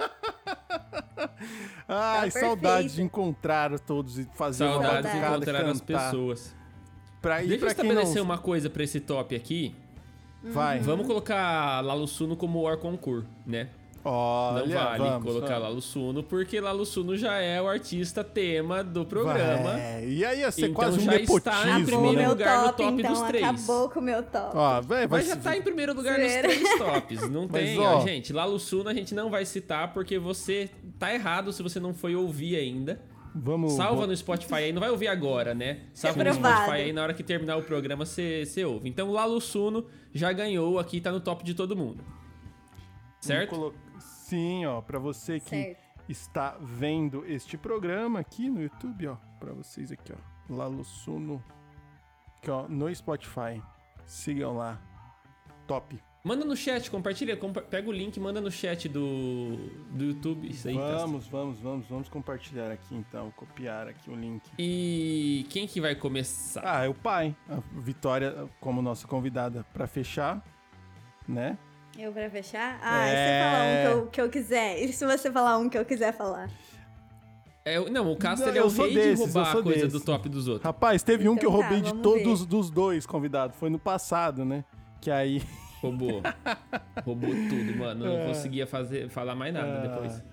Ai, Tá saudades perfeito. de encontrar todos e fazer uma Saudades de batucada, encontrar as cantar. pessoas. Pra, e Deixa eu pra quem estabelecer não... uma coisa pra esse top aqui. Vai. Vamos colocar Lalo Suno como Or Concur, né? Olha, Não vale vamos, colocar vamos. Lalo Suno, porque Lalo Suno já é o artista tema do programa. Vai. E aí ia ser Então quase um já está em nepotismo, primeiro né? meu lugar no top, top então. dos três. Acabou com o meu top. Ó, vai, vai Mas já se- tá em primeiro lugar nos Zoeira. três tops. Não Mas, tem, ó, ó, gente. Lalo Suno a gente não vai citar porque você tá errado se você não foi ouvir ainda. Vamos... Salva vamos- no Spotify aí, não vai ouvir agora, né? Salva no Reprovado. Spotify aí, na hora que terminar o programa você ouve. Então o Lalo Suno já ganhou aqui, tá no top de todo mundo. Certo? Vamos colo- Sim, ó, pra você que Certo. está vendo este programa aqui no YouTube, ó, pra vocês aqui, ó, Lalo Suno, aqui, ó, no Spotify. Sigam lá. Top. Manda no chat, compartilha, compa- pega o link, manda no chat do, do YouTube. Isso aí, tá? Vamos, vamos, vamos, vamos compartilhar aqui então, copiar aqui o link. E quem que vai começar? Ah, é o pai, a Vitória como nossa convidada pra fechar, né? Eu pra fechar? Ah, É. e se falar um que eu, que eu quiser? E se você falar um que eu quiser falar? É, não, o Casta Não, ele é eu o sou rei desses, de eu roubar sou a coisa desses. do top dos outros. Rapaz, teve um Então que eu tá, roubei de vamos todos dos dois convidados, foi no passado, né? Que aí Roubou. Roubou tudo, mano. Não conseguia fazer, falar mais nada Ah. depois.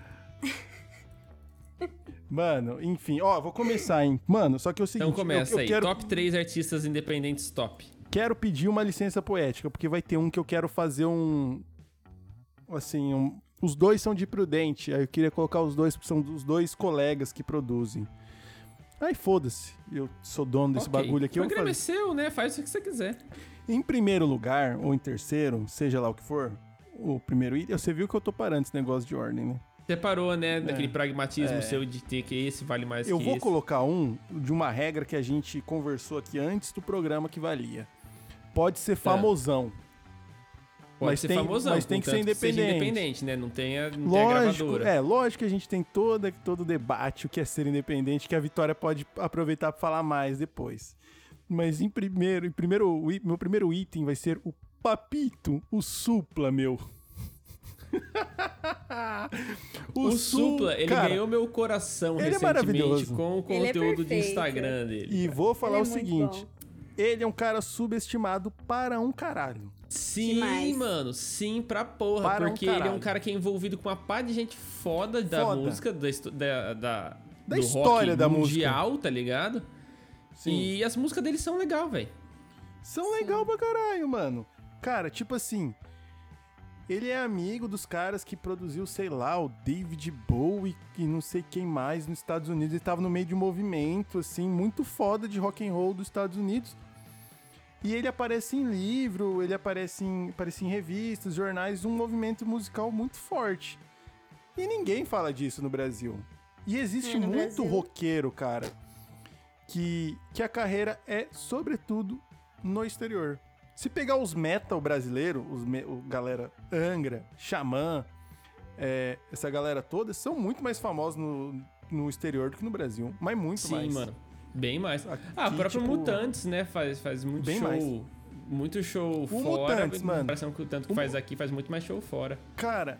Mano, enfim, ó, vou começar, hein? Mano, só que é o seguinte... Então começa eu, eu aí. quero, Top três artistas independentes top. quero pedir uma licença poética, porque vai ter um que eu quero fazer um... Assim, um, os dois são de Prudente, aí eu queria colocar os dois, porque são os dois colegas que produzem. Aí foda-se, eu sou dono desse Ok. bagulho aqui, O eu vou programa é fazer. seu, né? Faz o que você quiser. Em primeiro lugar, ou em terceiro, seja lá o que for, o primeiro item, você viu que eu tô parando esse negócio de ordem, né? Você parou, né? Daquele pragmatismo É. seu de ter que esse vale mais Eu que vou esse. colocar um de uma regra que a gente conversou aqui antes do programa que valia. Pode ser famosão. Pode mas ser tem- famosão, mas tem que contanto ser seja independente. independente, né? Não tenha, não tenha Lógico, gravadora. é, lógico que a gente tem toda, todo debate, o que é ser independente, que a Vitória pode aproveitar para falar mais depois. Mas em primeiro, em primeiro, o i- meu primeiro item vai ser o Papito, o Supla, meu. O, Su- Supla, ele cara, ganhou meu coração ele é recentemente maravilhoso. com o Ele é conteúdo de perfeito. Instagram dele. E vou falar Ele o é muito seguinte, bom. ele é um cara subestimado para um caralho. Sim, Demais. mano, sim pra porra. Para um porque ele é um caralho. cara que é envolvido com uma pá de gente foda da Foda. música, da, histó- da, da, Da do história rock da mundial, tá ligado? Sim. E as músicas dele são legal, velho. São legal pra caralho, mano. Cara, tipo assim, ele é amigo dos caras que produziu, sei lá, o David Bowie e não sei quem mais nos Estados Unidos. Ele tava no meio de um movimento, assim, muito foda de rock and roll dos Estados Unidos. E ele aparece em livro, ele aparece em, aparece em revistas, jornais, um movimento musical muito forte. E ninguém fala disso no Brasil. E existe É, no muito Brasil. roqueiro, cara, que, que a carreira é, sobretudo, no exterior. Se pegar os metal brasileiros, os me- o galera Angra, Xamã, é, essa galera toda, são muito mais famosos no, no exterior do que no Brasil. Mas muito Sim, mais. mano. Bem mais. Aqui, Ah, o próprio tipo, Mutantes, né? Faz, faz muito bem show. mais. Muito show fora. Mutantes, em mano. comparação com o tanto que O faz Mu- aqui, faz muito mais show fora. Cara,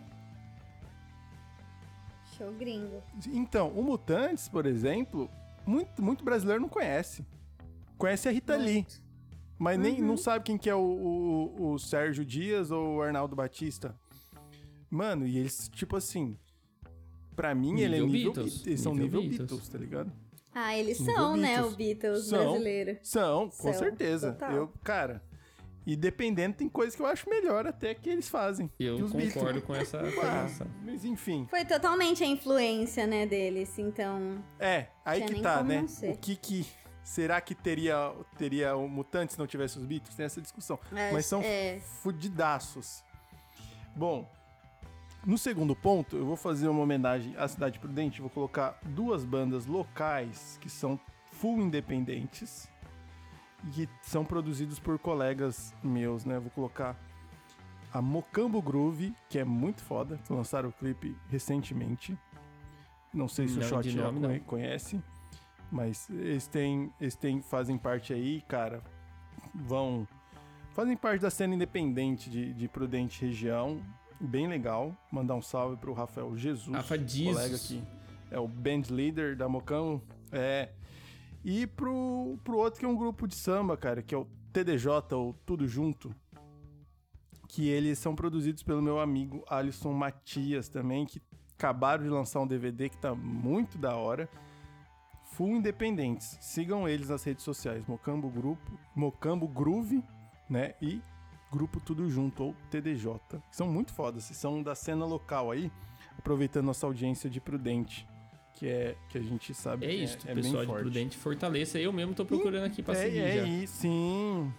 Show gringo. então, o Mutantes, por exemplo, muito, muito brasileiro não conhece. Conhece a Rita Lee, mas nem não sabe quem que é o, o, o Sérgio Dias ou o Arnaldo Batista. Mano, e eles, tipo assim, pra mim ele é Nível nível Beatles. Beatles. Eles são Nível nível Beatles. Beatles, tá ligado? Ah, eles Nível são, né, Beatles. o Beatles São. brasileiro. São, com São, certeza. total. Eu, cara, e dependendo, tem coisas que eu acho melhor até que eles fazem. Eu que os concordo Beatles. com essa Ah, afirmação. mas enfim. Foi totalmente a influência, né, deles, então... É, aí Tinha que nem tá, como né? não ser. O que que... Será que teria, teria o Mutantes se não tivesse os Beatles? Tem essa discussão. É, Mas são é. fudidaços. Bom, no segundo ponto, eu vou fazer uma homenagem à Cidade Prudente. Vou colocar duas bandas locais que são full independentes e que são produzidos por colegas meus, né? Vou colocar a Mocambo Groove, que é muito foda. Lançaram o clipe recentemente. Não sei se Não, o Shot de já nome, não. conhece. Mas eles têm, eles têm, fazem parte aí, cara, vão... Fazem parte da cena independente de, de Prudente região, bem legal. Mandar um salve pro Rafael Jesus, Rafa Jesus. colega aqui. É o band leader da Mocão. É. E pro, pro outro que é um grupo de samba, cara, que é o T D J, ou Tudo Junto. Que eles são produzidos pelo meu amigo Alisson Matias também, que acabaram de lançar um D V D que tá muito da hora. Full independentes. Sigam eles nas redes sociais. Mocambo Grupo, Mocambo Groove, né? E Grupo Tudo Junto, ou T D J. São muito fodas. São da cena local aí, aproveitando nossa audiência de Prudente, que é que a gente sabe É que isso, é, é pessoal bem de forte. Prudente Fortaleza. Eu mesmo tô procurando aqui pra é, seguir é já. isso, sim.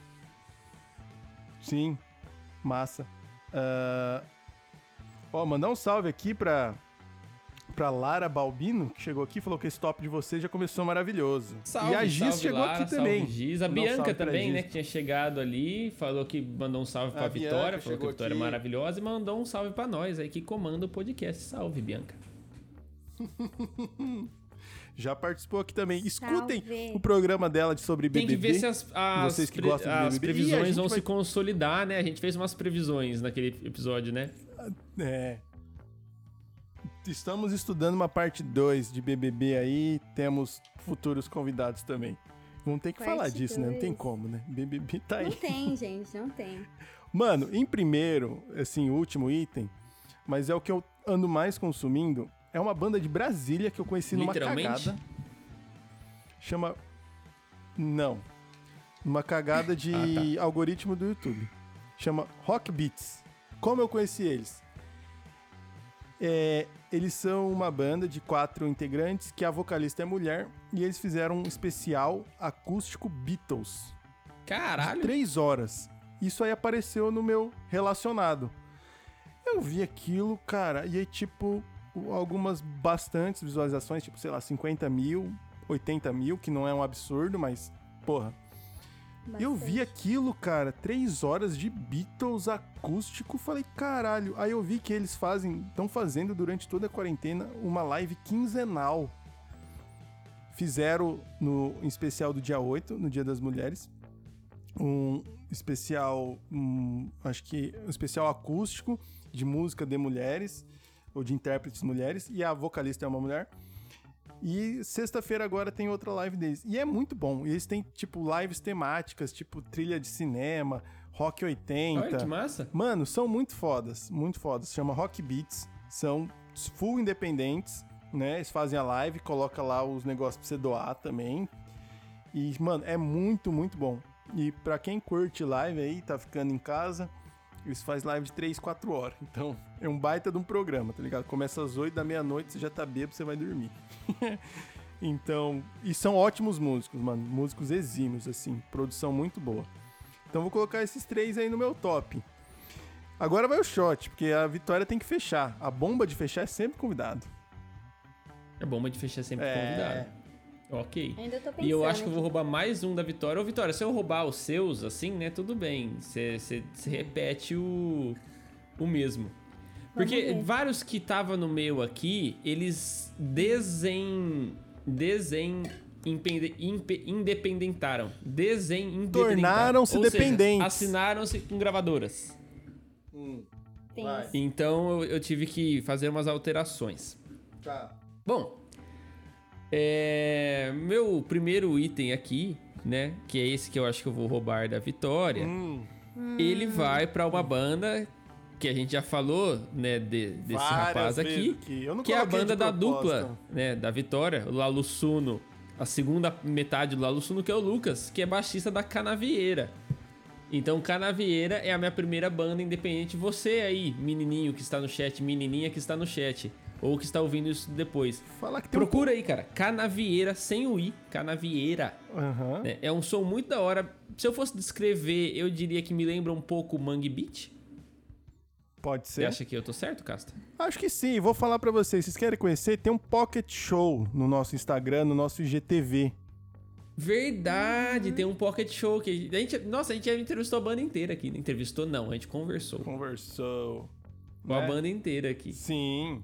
Sim, massa. Ah, ó, mandar um salve aqui pra, pra Lara Balbino, que chegou aqui e falou que esse top de você já começou maravilhoso. Salve, e a Giz salve, chegou Lara, aqui também. Salve, Giz. A Mandar um Bianca salve pra também, Giz. né, que tinha chegado ali, falou que mandou um salve pra A Vitória, Bianca falou que a chegou Vitória é aqui. maravilhosa e mandou um salve pra nós aí que comanda o podcast. Salve, Bianca. Já participou aqui também. Escutem Salve. o programa dela de sobre B Tem B que B. ver se as, as, Vocês que pre- gostam de as B B B. E a previsões gente vão vai- se consolidar, né? A gente fez umas previsões naquele episódio, né? É. Estamos estudando uma parte dois de B B B aí. Temos futuros convidados também. Vamos ter que Parte falar disso, né? Não tem dois. como, né? B B B tá aí. Não tem, gente, não tem. Mano, em primeiro, assim, o último item, mas é o que eu ando mais consumindo, é uma banda de Brasília que eu conheci numa cagada. Chama... Não. Uma cagada de ah, tá. algoritmo do YouTube. Chama Rock Beats. Como eu conheci eles? É, eles são uma banda de quatro integrantes, que a vocalista é mulher, e eles fizeram um especial acústico Beatles. Caralho! De três horas. Isso aí apareceu no meu relacionado. Eu vi aquilo, cara, e aí, tipo, algumas bastantes visualizações, tipo, sei lá, cinquenta mil, oitenta mil, que não é um absurdo, mas, porra. Bastante. Eu vi aquilo, cara, três horas de Beatles acústico, falei, caralho. Aí eu vi que eles fazem, estão fazendo durante toda a quarentena uma live quinzenal. Fizeram no em especial do dia oito, no Dia das Mulheres, um especial, um, acho que um especial acústico de música de mulheres, ou de intérpretes mulheres, e a vocalista é uma mulher. E sexta-feira agora tem outra live deles. E é muito bom. E eles têm, tipo, lives temáticas, tipo trilha de cinema, Rock oitenta. Olha que massa. Mano, são muito fodas, muito fodas. Chama Rock Beats. São full independentes, né? Eles fazem a live, coloca lá os negócios pra você doar também. E, mano, é muito, muito bom. E pra quem curte live aí, tá ficando em casa, eles fazem live de três, quatro horas. Então, é um baita de um programa, tá ligado? Começa às oito da meia-noite, você já tá bêbado, você vai dormir. Então, e são ótimos músicos, mano. Músicos exímios, assim. Produção muito boa. Então, vou colocar esses três aí no meu top. Agora vai o shot, porque a Vitória tem que fechar. A bomba de fechar é sempre convidado. A bomba de fechar é sempre é... convidado. Ok. Ainda tô pensando. E eu acho que eu vou roubar mais um da Vitória. Ô, Vitória, se eu roubar os seus, assim, né, tudo bem. Você repete o, o mesmo. Porque vários que estavam no meu aqui, eles desen... desen... Impende, impe, independentaram. Desen... Tornaram-se dependentes. Assinaram-se com gravadoras. Hum, então, eu, eu tive que fazer umas alterações. Tá. Bom... É, meu primeiro item aqui, né, que é esse que eu acho que eu vou roubar da Vitória, hum. ele vai pra uma banda que a gente já falou, né, de, desse Várias rapaz aqui, que, eu não que é a banda da proposta. dupla, né, da Vitória, o Lalo Suno, a segunda metade do Lalo Suno, que é o Lucas, que é baixista da Canavieira. Então, Canavieira é a minha primeira banda independente. Você aí, menininho que está no chat, menininha que está no chat, ou que está ouvindo isso depois. Fala que tem Procura um... aí, cara. Canavieira, sem o I. Canavieira. Uhum. É, é um som muito da hora. Se eu fosse descrever, eu diria que me lembra um pouco Mangue Beat. Pode ser. Você acha que eu tô certo, Casta? Acho que sim. Vou falar pra vocês. Vocês querem conhecer? Tem um Pocket Show no nosso Instagram, no nosso I G T V. Verdade, tem um Pocket Show que a gente, nossa, a gente já entrevistou a banda inteira aqui. Não entrevistou não, a gente conversou. Conversou. Com a né? banda inteira aqui. Sim.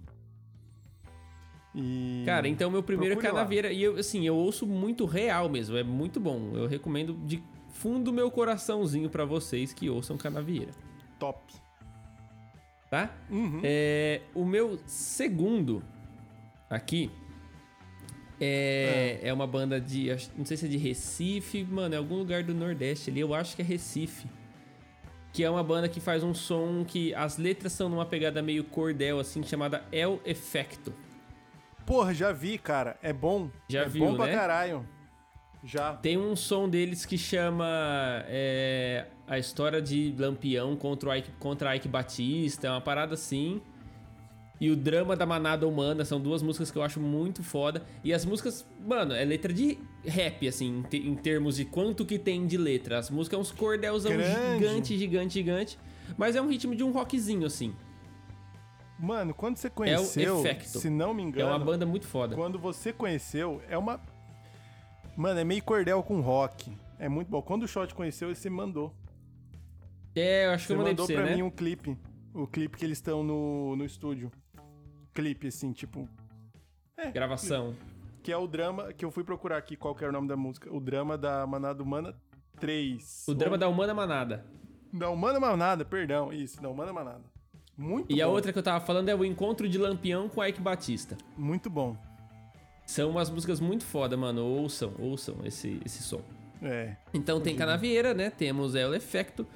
E... Cara, então meu primeiro é Canavieira. Lá. E eu, assim, eu ouço muito real mesmo, é muito bom. Eu recomendo de fundo do meu coraçãozinho pra vocês que ouçam Canavieira. Top. Tá? Uhum. É, o meu segundo aqui é, é. é uma banda de, não sei se é de Recife, mano, é algum lugar do Nordeste ali, eu acho que é Recife. Que é uma banda que faz um som que as letras são numa pegada meio cordel, assim, chamada El Efecto. Porra, já vi, cara. É bom. Já é viu, bom pra né? caralho. Já. Tem um som deles que chama é, a história de Lampião contra o Ike, contra Ike Batista, é uma parada assim. E o Drama da Manada Humana, são duas músicas que eu acho muito foda. E as músicas, mano, é letra de rap, assim, em, te, em termos de quanto que tem de letra. As músicas é uns cordelzão gigante, gigante, gigante. Mas é um ritmo de um rockzinho, assim. Mano, quando você conheceu, se não me engano... É uma banda muito foda. Quando você conheceu, é uma... Mano, é meio cordel com rock. É muito bom. Quando o Shot conheceu, você mandou. É, eu acho você que eu mandei pra você, você, pra né? mim um clipe. O clipe que eles estão no, no estúdio. Clipe, assim, tipo... É, gravação. Clipe. Que é o drama, que eu fui procurar aqui qual que era o nome da música. O Drama da Manada Humana três. O Ou... Drama da Humana Manada. Da Humana Manada, perdão. Isso, da Humana Manada. Muito e bom. A outra que eu tava falando é o Encontro de Lampião com Ike Batista. Muito bom. São umas músicas muito foda, mano. Ouçam, ouçam esse, esse som. É. Então tem Canavieira, né? Temos El Efecto.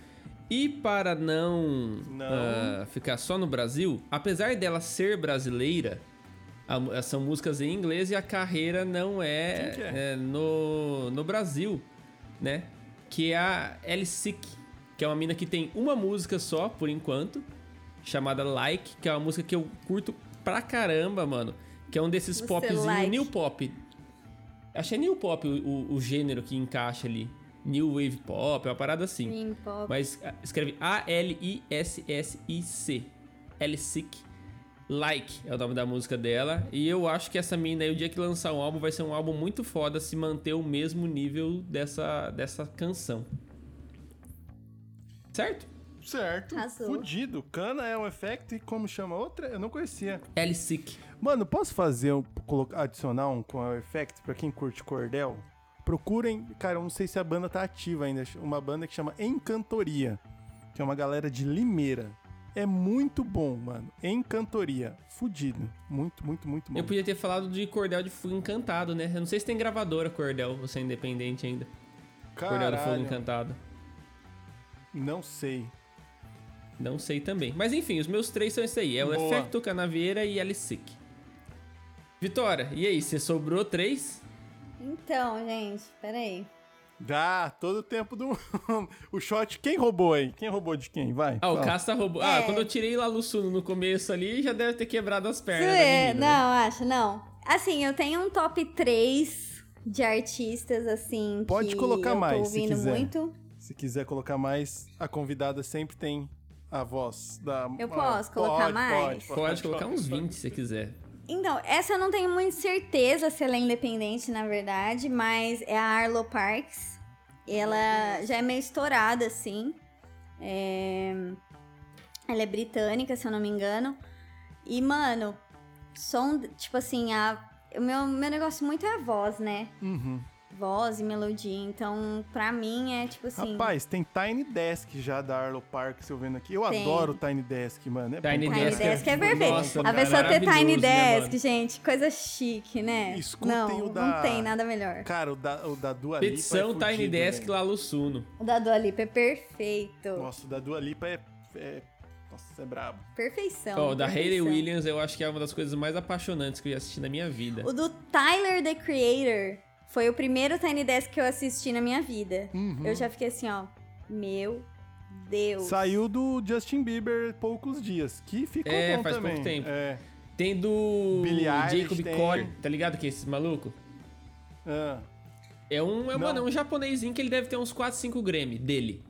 E para não, Não. ah, ficar só no Brasil, apesar dela ser brasileira, a- são músicas em inglês e a carreira não é, Quem que é? é, no, no Brasil, né? Que é a Ellie Sick, que é uma mina que tem uma música só, por enquanto, chamada Like, que é uma música que eu curto pra caramba, mano. Que é um desses Você popzinho like. new pop. Acho que é new pop o, o, o gênero que encaixa ali. New wave pop, é uma parada assim. Dream pop. Mas ah, escreve A L I S S I C. Ellie Sick. Like é o nome da música dela. E eu acho que essa mina aí, o dia que lançar um álbum, vai ser um álbum muito foda se manter o mesmo nível dessa, dessa canção. Certo? Certo. Arrasou. Fudido. Cana é um effect e como chama a outra? Eu não conhecia. Ellie Sick. Mano, posso fazer, um, colocar, adicionar um com o effect pra quem curte cordel? Procurem, cara, eu não sei se a banda tá ativa ainda, uma banda que chama Encantoria, que é uma galera de Limeira. É muito bom, mano. Encantoria. Fudido. Muito, muito, muito bom. Eu podia ter falado de Cordel de Fogo Encantado, né? Eu não sei se tem gravadora Cordel, você é independente ainda. Cordel do Fogo Caralho, Encantado. não sei. Não sei também. Mas enfim, os meus três são esses aí. É o Boa. Efecto, Canavieira e Ellie Sick. Vitória, e aí? Você sobrou três? Então, gente, peraí. Dá, todo o tempo do... o shot, quem roubou aí? Quem roubou de quem? Vai. Ah, o fala. Casta roubou. É. Ah, quando eu tirei lá Luçuno no começo ali, já deve ter quebrado as pernas da É, menina, não, acho, não. Assim, eu tenho um top três de artistas, assim, Pode que colocar eu tô mais, se ouvindo quiser. muito. Se quiser colocar mais, a convidada sempre tem a voz da... Eu ah, posso colocar pode, mais? Pode, Pode colocar pode, uns pode. vinte se você quiser. Então, essa eu não tenho muita certeza se ela é independente, na verdade, mas é a Arlo Parks. Ela já é meio estourada, assim. É... Ela é britânica, se eu não me engano. E, mano, som, tipo assim, a... o meu, meu negócio muito é a voz, né? Uhum. Voz e melodia. Então, pra mim, é tipo assim... Rapaz, tem Tiny Desk já da Arlo Parks, eu vendo aqui. Eu Tem. adoro Tiny Desk, mano. É Tiny bom Tiny Desk Desk, é- é perfeito. Nossa, a cara, pessoa ter Tiny maravilhoso, né, Desk, mano? gente, coisa chique, né? Escutem não, o da- não tem nada melhor. Cara, o da, o da Dua Lipa Petição é fudido, Tiny Desk velho. lá Luçuno. O da Dua Lipa é perfeito. Nossa, o da Dua Lipa é... é... Nossa, é brabo. Perfeição. Ó, o da Hayley perfeição. Williams eu acho que é uma das coisas mais apaixonantes que eu já assisti na minha vida. O do Tyler, The Creator, foi o primeiro Tiny Desk que eu assisti na minha vida. Uhum. Eu já fiquei assim, ó, meu Deus. Saiu do Justin Bieber poucos dias, que ficou É, bom faz também. pouco tempo. É. Tem do Billie Eilish Jacob tem. Collier, tá ligado que é esse maluco? Ah. É um, é, Não. mano, é um japonesinho que ele deve ter uns quatro, cinco Grammy dele.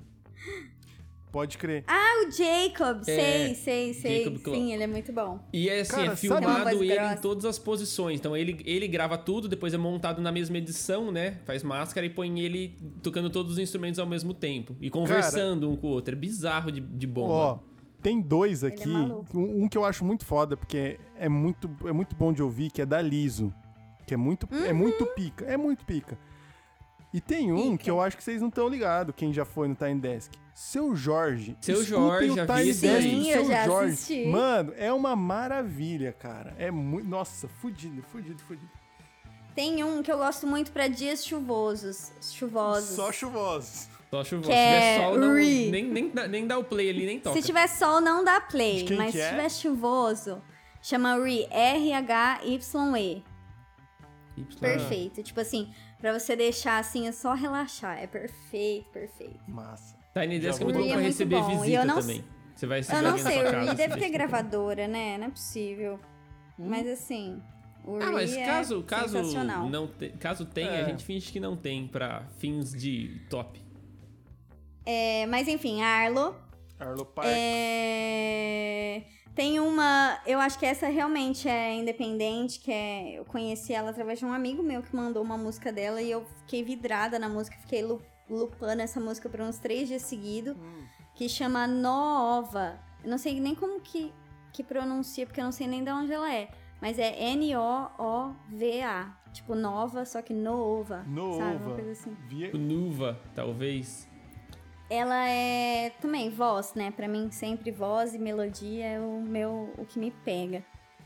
Pode crer. Ah, o Jacob, É, sei, sei, sei. Jacob Clo- Sim, ele é muito bom. E é assim, Cara, é sabe- filmado Tem uma voz ele grossa. em todas as posições. Então ele, ele grava tudo, depois é montado na mesma edição, né? Faz máscara e põe ele tocando todos os instrumentos ao mesmo tempo. E conversando um com o outro. É bizarro de, de bom. Ó, mano. tem dois Ele é aqui. maluco. um, um que eu acho muito foda, porque é muito, é muito bom de ouvir, que é da Liso. Que é muito, é muito pica. É muito pica. E tem um Pica. que eu acho que vocês não estão ligados, quem já foi no Tiny Desk. Seu Jorge. Seu Escutem Jorge, o já vi Tiny esse Desk aí. do Sim, Seu eu já Jorge. assisti. Mano, é uma maravilha, cara. É muito. Nossa, fudido, fudido, fudido. Tem um que eu gosto muito pra dias chuvosos. Chuvosos. Só chuvosos. Só chuvoso. Que Se tiver é sol, não, Re. nem, nem, dá- nem dá o play ali, nem toca. Se tiver sol, não dá play. De quem Mas que se é? tiver chuvoso, chama Re. R H Y E. Y. Perfeito. Tipo assim, pra você deixar assim, é só relaxar. É perfeito, perfeito. Massa. Tiny Desk Já é muito vou- bom Re pra é muito receber bom. E visita eu não também. Você vai receber Eu não alguém na sei, sua o casa, Re você deve ter deixa. gravadora, né? Não é possível. Mas assim, o Ah, Re mas é caso, caso, sensacional. não te- caso tenha, É. a gente finge que não tem pra fins de top. É, mas enfim, Arlo. Arlo Parks. É... Tem uma, eu acho que essa realmente é independente, que é, eu conheci ela através de um amigo meu que mandou uma música dela e eu fiquei vidrada na música, fiquei lu- lupando essa música por uns três dias seguidos, que chama Nova. Eu não sei nem como que, que pronuncia, porque eu não sei nem de onde ela é, mas é N O O V A, tipo nova, só que nova, sabe? Uma Nova. coisa assim. Via... O Nuva, talvez. Ela é também voz, né? Pra mim, sempre voz e melodia é o meu, o que me pega.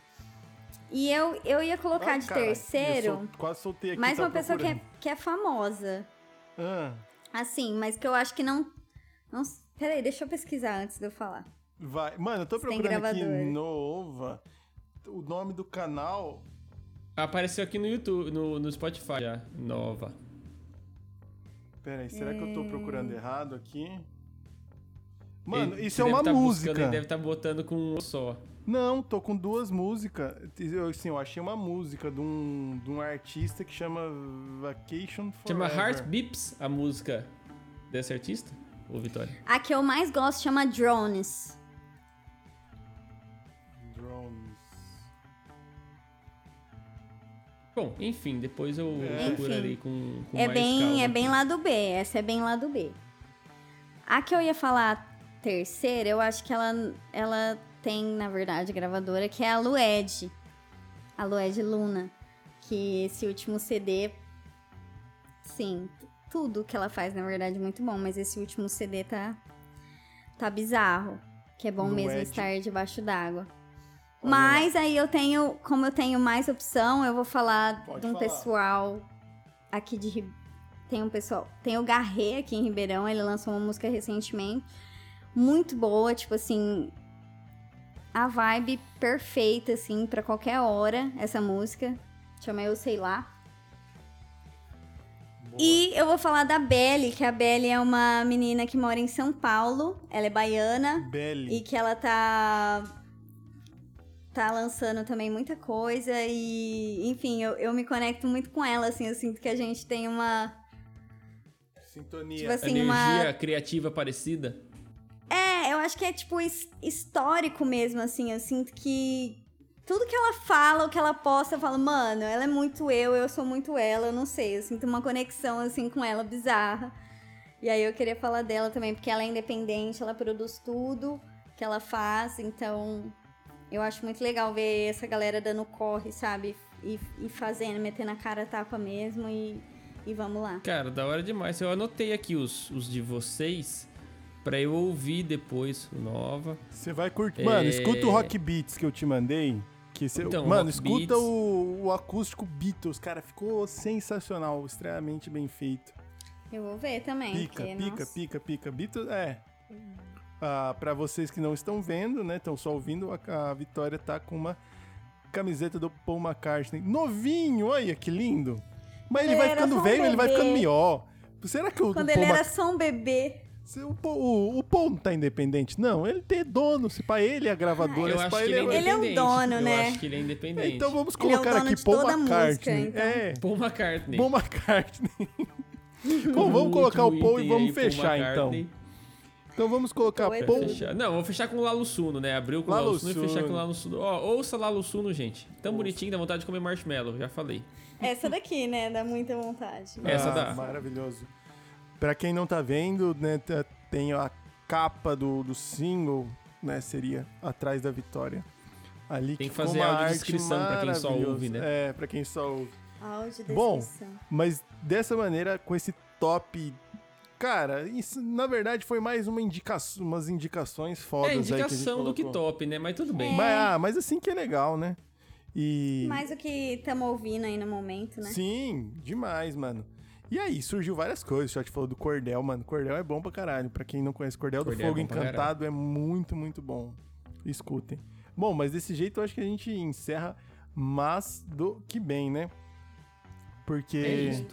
E eu, eu ia colocar Ai, de caralho, eu terceiro sol- quase soltei aqui. mais tá uma pessoa que é, procurando. que é famosa. Ah, Assim, mas que eu acho que não, não Peraí, deixa eu pesquisar antes de eu falar. Vai. Mano, eu tô Se tem procurando aqui gravador. Nova. O nome do canal... Apareceu aqui no YouTube, no, no Spotify já. Nova. Pera aí, será que eu tô É. procurando errado aqui? Mano, Ele- isso você é deve uma tá música. buscando, ele deve estar botando com um só. Não, tô com duas músicas. Eu, assim, eu achei uma música de um, de um artista que chama Vacation Forever. Chama Heart Beeps, a música desse artista? Ô, Vitória? A que eu mais gosto chama Drones. Drones. Bom, enfim, depois eu É. procurarei com, com É mais bem, calma. é bem lado B. Essa é bem lado B. A que eu ia falar terceira, eu acho que ela, ela tem, na verdade, gravadora, que é a Lued. A Lued Luna. Que esse último C D... Sim, tudo que ela faz, na verdade, é muito bom. Mas esse último C D tá, tá bizarro. Que é bom mesmo Lued. estar debaixo d'água. Olha Mas aí eu tenho... Como eu tenho mais opção, eu vou falar Pode de um falar. pessoal aqui de Ribeirão. Tem um pessoal... Tem o Garré aqui em Ribeirão. Ele lançou uma música recentemente. Muito boa, tipo assim... A vibe perfeita, assim, pra qualquer hora, essa música. Chama Eu Sei Lá. Boa. E eu vou falar da Belly, que a Belly é uma menina que mora em São Paulo. Ela é baiana. Belly. E que ela tá... Tá lançando também muita coisa. E, enfim, eu, eu me conecto muito com ela, assim. Eu sinto que a gente tem uma... Sintonia. Tipo assim, Energia uma... criativa parecida. É, eu acho que é, tipo, his- histórico mesmo, assim. Eu sinto que tudo que ela fala, o que ela posta, eu falo, mano, ela é muito eu, eu sou muito ela, eu não sei. Eu sinto uma conexão, assim, com ela bizarra. E aí eu queria falar dela também, porque ela é independente, ela produz tudo que ela faz. Então, eu acho muito legal ver essa galera dando corre, sabe? E, e fazendo, metendo a cara a tapa mesmo e, e vamos lá. Cara, da hora demais. Eu anotei aqui os, os de vocês pra eu ouvir depois o Nova. Você vai curtir. É. Mano, escuta o Rock Beats que eu te mandei. Que cê... Então, Mano, Rock escuta Beats. o, o acústico Beatles, cara. Ficou sensacional, extremamente bem feito. Eu vou ver também. Pica, porque, pica, nossa. pica, pica. Beatles, é. Ah, pra vocês que não estão vendo, né? Estão só ouvindo, a, a Vitória tá com uma camiseta do Paul McCartney. Novinho, olha que lindo. Mas ele Ele vai era ficando só um velho, ele vai bebê. ficando melhor. Será que o, Quando o ele Paul era Mac- só um bebê. Se O, Paul- o, o Paul não tá independente? Não, ele tem dono. Se pra ele é a gravadora, Eu se acho pra que ele é ele Ele é um independente. dono, eu né? acho que ele é independente. Então vamos Ele é o colocar dono aqui de Paul toda a McCartney. música, então. É, Paul McCartney. Paul McCartney. Bom, O vamos colocar o último Paul e item vamos aí, Paul fechar McCartney. então. Então vamos colocar Paul é Paul. tudo. Fechar. Não, vou fechar com o Lalo Suno, né? Abriu com o Lalo Lalo Suno e fechar Suno. com o Lalo Suno. Ó, ouça Lalo Suno, gente. Tão bonitinho, dá vontade de comer marshmallow, já falei. Essa daqui, né? Dá muita vontade. Essa Ah, dá. Maravilhoso. Pra quem não tá vendo, né, tá- tem a capa do, do single, né, seria Atrás da Vitória. Ali Tem que ficou fazer uma audiodescrição arte pra quem só maravilhosa. ouve, né? É, pra quem só ouve. Áudio, Bom, descrição. Mas dessa maneira, com esse top... Cara, isso na verdade foi mais uma indicação, umas indicações fodas É aí que a gente indicação do que colocou. top, né? Mas tudo bem. Mas, ah, mas assim que é legal, né? E... Mais o que estamos ouvindo aí no momento, né? Sim, demais, mano. E aí, surgiu várias coisas. O Shot falou do Cordel, mano. Cordel é bom pra caralho. Pra quem não conhece Cordel, Cordel do é Fogo bom pra Encantado é muito, muito bom. Escutem. Bom, mas desse jeito eu acho que a gente encerra mais do que bem, né? Porque... É isso.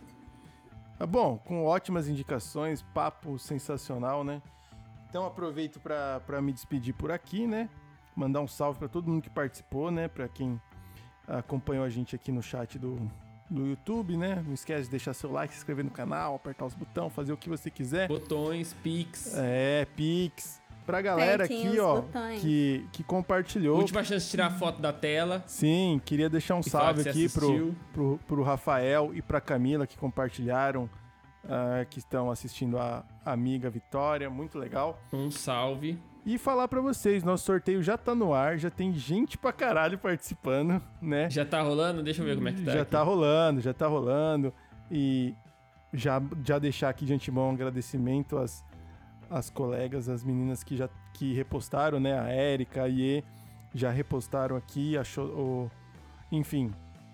Ah, bom, com ótimas indicações, papo sensacional, né? Então aproveito pra pra me despedir por aqui, né? Mandar um salve pra todo mundo que participou, né? Pra quem acompanhou a gente aqui no chat do, do YouTube, né? Não esquece de deixar seu like, se inscrever no canal, apertar os botões, fazer o que você quiser. Botões, Pix. É, Pix. Pra galera Apertem aqui, os ó, botões. que, que compartilhou. Última chance de tirar a foto da tela. Sim, queria deixar um E falar salve que aqui você pro, assistiu. pro, pro Rafael e pra Camila que compartilharam, ah, que estão assistindo a amiga Vitória, muito legal. Um salve. E falar pra vocês, nosso sorteio já tá no ar, já tem gente pra caralho participando, né? Já tá rolando? Deixa eu ver como é que tá. Já aqui. tá rolando, já tá rolando. E já, já deixar aqui de antemão um agradecimento às, às colegas, às meninas que já que repostaram, né? A Érica, a Iê, já repostaram aqui, a Xo- o, enfim,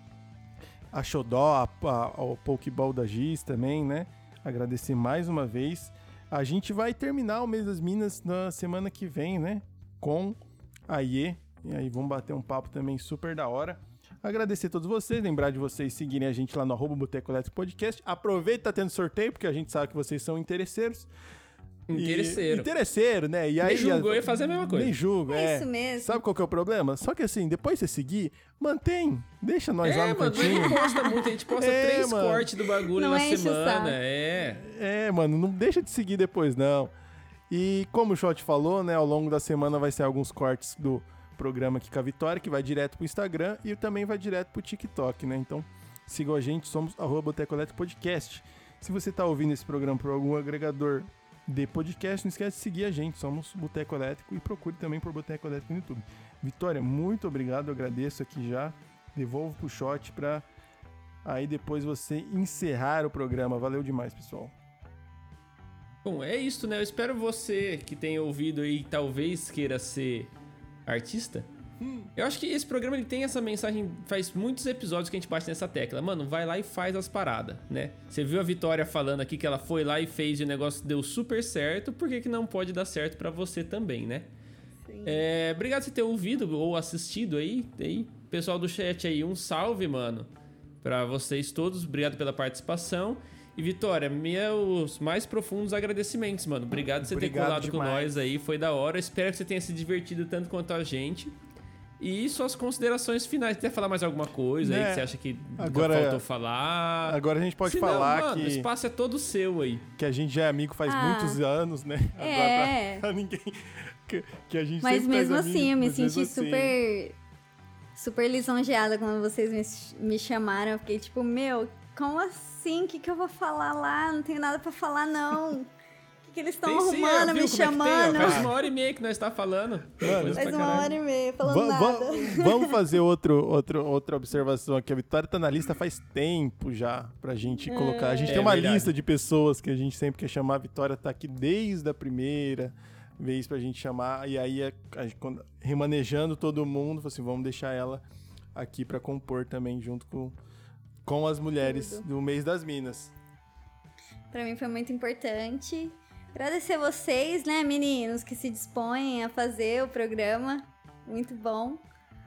a Xodó, a, a, o Pokeball da Giz também, né? Agradecer mais uma vez. A gente vai terminar o mês das Minas na semana que vem, né? Com a Iê. E aí vamos bater um papo também super da hora. Agradecer a todos vocês, lembrar de vocês seguirem a gente lá no arroba Boteco Elétrico Podcast. Aproveita, tá tendo sorteio, porque a gente sabe que vocês são interesseiros. Interesseiro. E, interesseiro, né? E aí, nem julgou e fazer a mesma coisa. Nem julgo, É é. isso mesmo. Sabe qual que é o problema? Só que assim, depois você seguir, mantém. Deixa nós É, lá no mano, cantinho. não posta muito, a gente posta É, três mano. cortes do bagulho Não na enche o semana. saco. É. É, mano, não deixa de seguir depois, não. E como o Shot falou, né, ao longo da semana vai ser alguns cortes do programa aqui com a Vitória, que vai direto pro Instagram e também vai direto pro TikTok, né? Então, sigam a gente, somos arroba Boteco Elétrico Podcast. Se você tá ouvindo esse programa por algum agregador de podcast, não esquece de seguir a gente, somos Boteco Elétrico, e procure também por Boteco Elétrico no YouTube. Vitória, muito obrigado, eu agradeço aqui já, devolvo pro Shot pra aí depois você encerrar o programa. Valeu demais, pessoal. Bom, é isso, né? Eu espero você que tenha ouvido aí, talvez queira ser artista. Hum. Eu acho que esse programa ele tem essa mensagem, faz muitos episódios que a gente bate nessa tecla. Mano, vai lá e faz as paradas, né? Você viu a Vitória falando aqui que ela foi lá e fez e o negócio deu super certo, por que que não pode dar certo pra você também, né? Sim. É, obrigado por você ter ouvido ou assistido aí, aí. Pessoal do chat aí, um salve, mano, pra vocês todos. Obrigado pela participação. E Vitória, meus mais profundos agradecimentos, mano. Obrigado por você Obrigado ter colado demais. com nós aí, foi da hora. Espero que você tenha se divertido tanto quanto a gente. E suas considerações finais. Quer falar mais alguma coisa Né? aí que você acha que Agora- faltou falar? Agora a gente pode Se não, falar mano, que, o espaço é todo seu aí. que a gente já é amigo faz Ah. muitos anos, né? Agora É. pra, pra ninguém. Que, que a gente Mas sempre faz mesmo amigo, assim, eu me mas mesmo senti assim. super. Super lisonjeada quando vocês me, me chamaram. Eu fiquei tipo, meu, como assim? O que, que eu vou falar lá? Não tenho nada pra falar, não. O que, que eles estão Tem sim, arrumando, ó, me viu como é que tem, ó? chamando? Faz uma hora e meia que nós tá falando. Coisa Faz pra uma caralho. hora e meia falando Va- va- nada. vamos fazer outro, outro, outra observação aqui. A Vitória tá na lista faz tempo já pra gente colocar. A gente É tem uma verdade. lista de pessoas que a gente sempre quer chamar. A Vitória tá aqui desde a primeira vez pra gente chamar. E aí, a, a, quando- remanejando todo mundo, falou assim, vamos deixar ela aqui pra compor também junto com, com as mulheres Tudo. do mês das Minas. Pra mim foi muito importante. Agradecer vocês, né, meninos, que se dispõem a fazer o programa. Muito bom.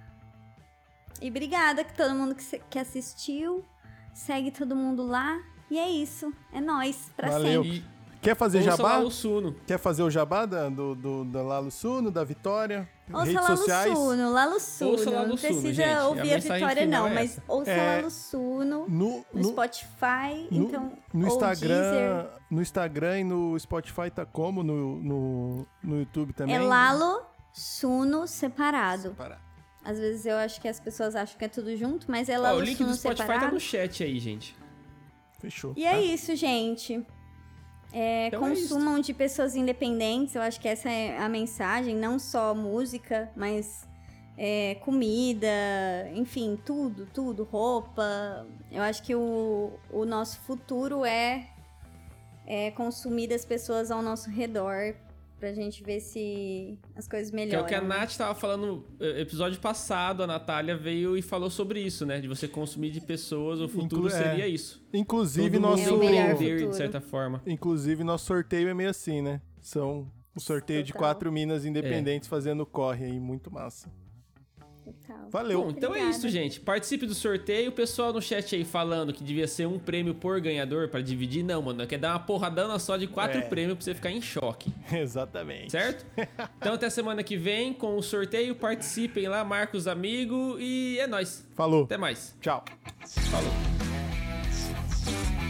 E obrigada que todo mundo que, se- que assistiu. Segue todo mundo lá. E é isso. É nóis, pra Valeu. sempre. E Quer fazer ouça jabá? lá o Suno. Quer fazer o jabá da, do, do, da Lalo Suno, da Vitória? Ouça redes Lalo sociais? Suno, Lalo Suno. Ouça Lalo Não Suno, precisa gente. A ouvir a, mensagem Vitória, final não, é mas essa. ouça É, Lalo Suno No, no, no, Spotify, no, então. no ou Instagram, Deezer. no Instagram e no Spotify tá como? No, no, no YouTube também? É Lalo Suno separado. Separado. Às vezes eu acho que as pessoas acham que é tudo junto, mas é Ó, Lalo o link Suno do Spotify separado. tá no chat aí, gente. Fechou. E é isso, gente. É, Então é consumam de pessoas independentes, eu acho que essa é a mensagem, não só música, mas é, comida, enfim, tudo, tudo, roupa. Eu acho que o, o nosso futuro é, é consumir das pessoas ao nosso redor, pra gente ver se as coisas Que é melhoram. o que a Nath tava falando no episódio passado, a Natália veio e falou sobre isso, né? De você consumir de pessoas, o futuro Inclu- é. seria isso. Inclusive, Todo mundo nosso, É o melhor empreender, de futuro. certa forma. inclusive, nosso sorteio é meio assim, né? São o sorteio de Total. quatro minas independentes fazendo corre aí, muito massa. Total. Valeu. Bom, então é Obrigada. isso, gente. Participe do sorteio. O pessoal no chat aí falando que devia ser um prêmio por ganhador pra dividir. Não, mano. Quer dar uma porradana só de quatro É. prêmios pra você ficar em choque. Exatamente. Certo? Então até semana que vem com o sorteio. Participem lá, marca os amigos e é nóis. Falou. Até mais. Tchau. Falou.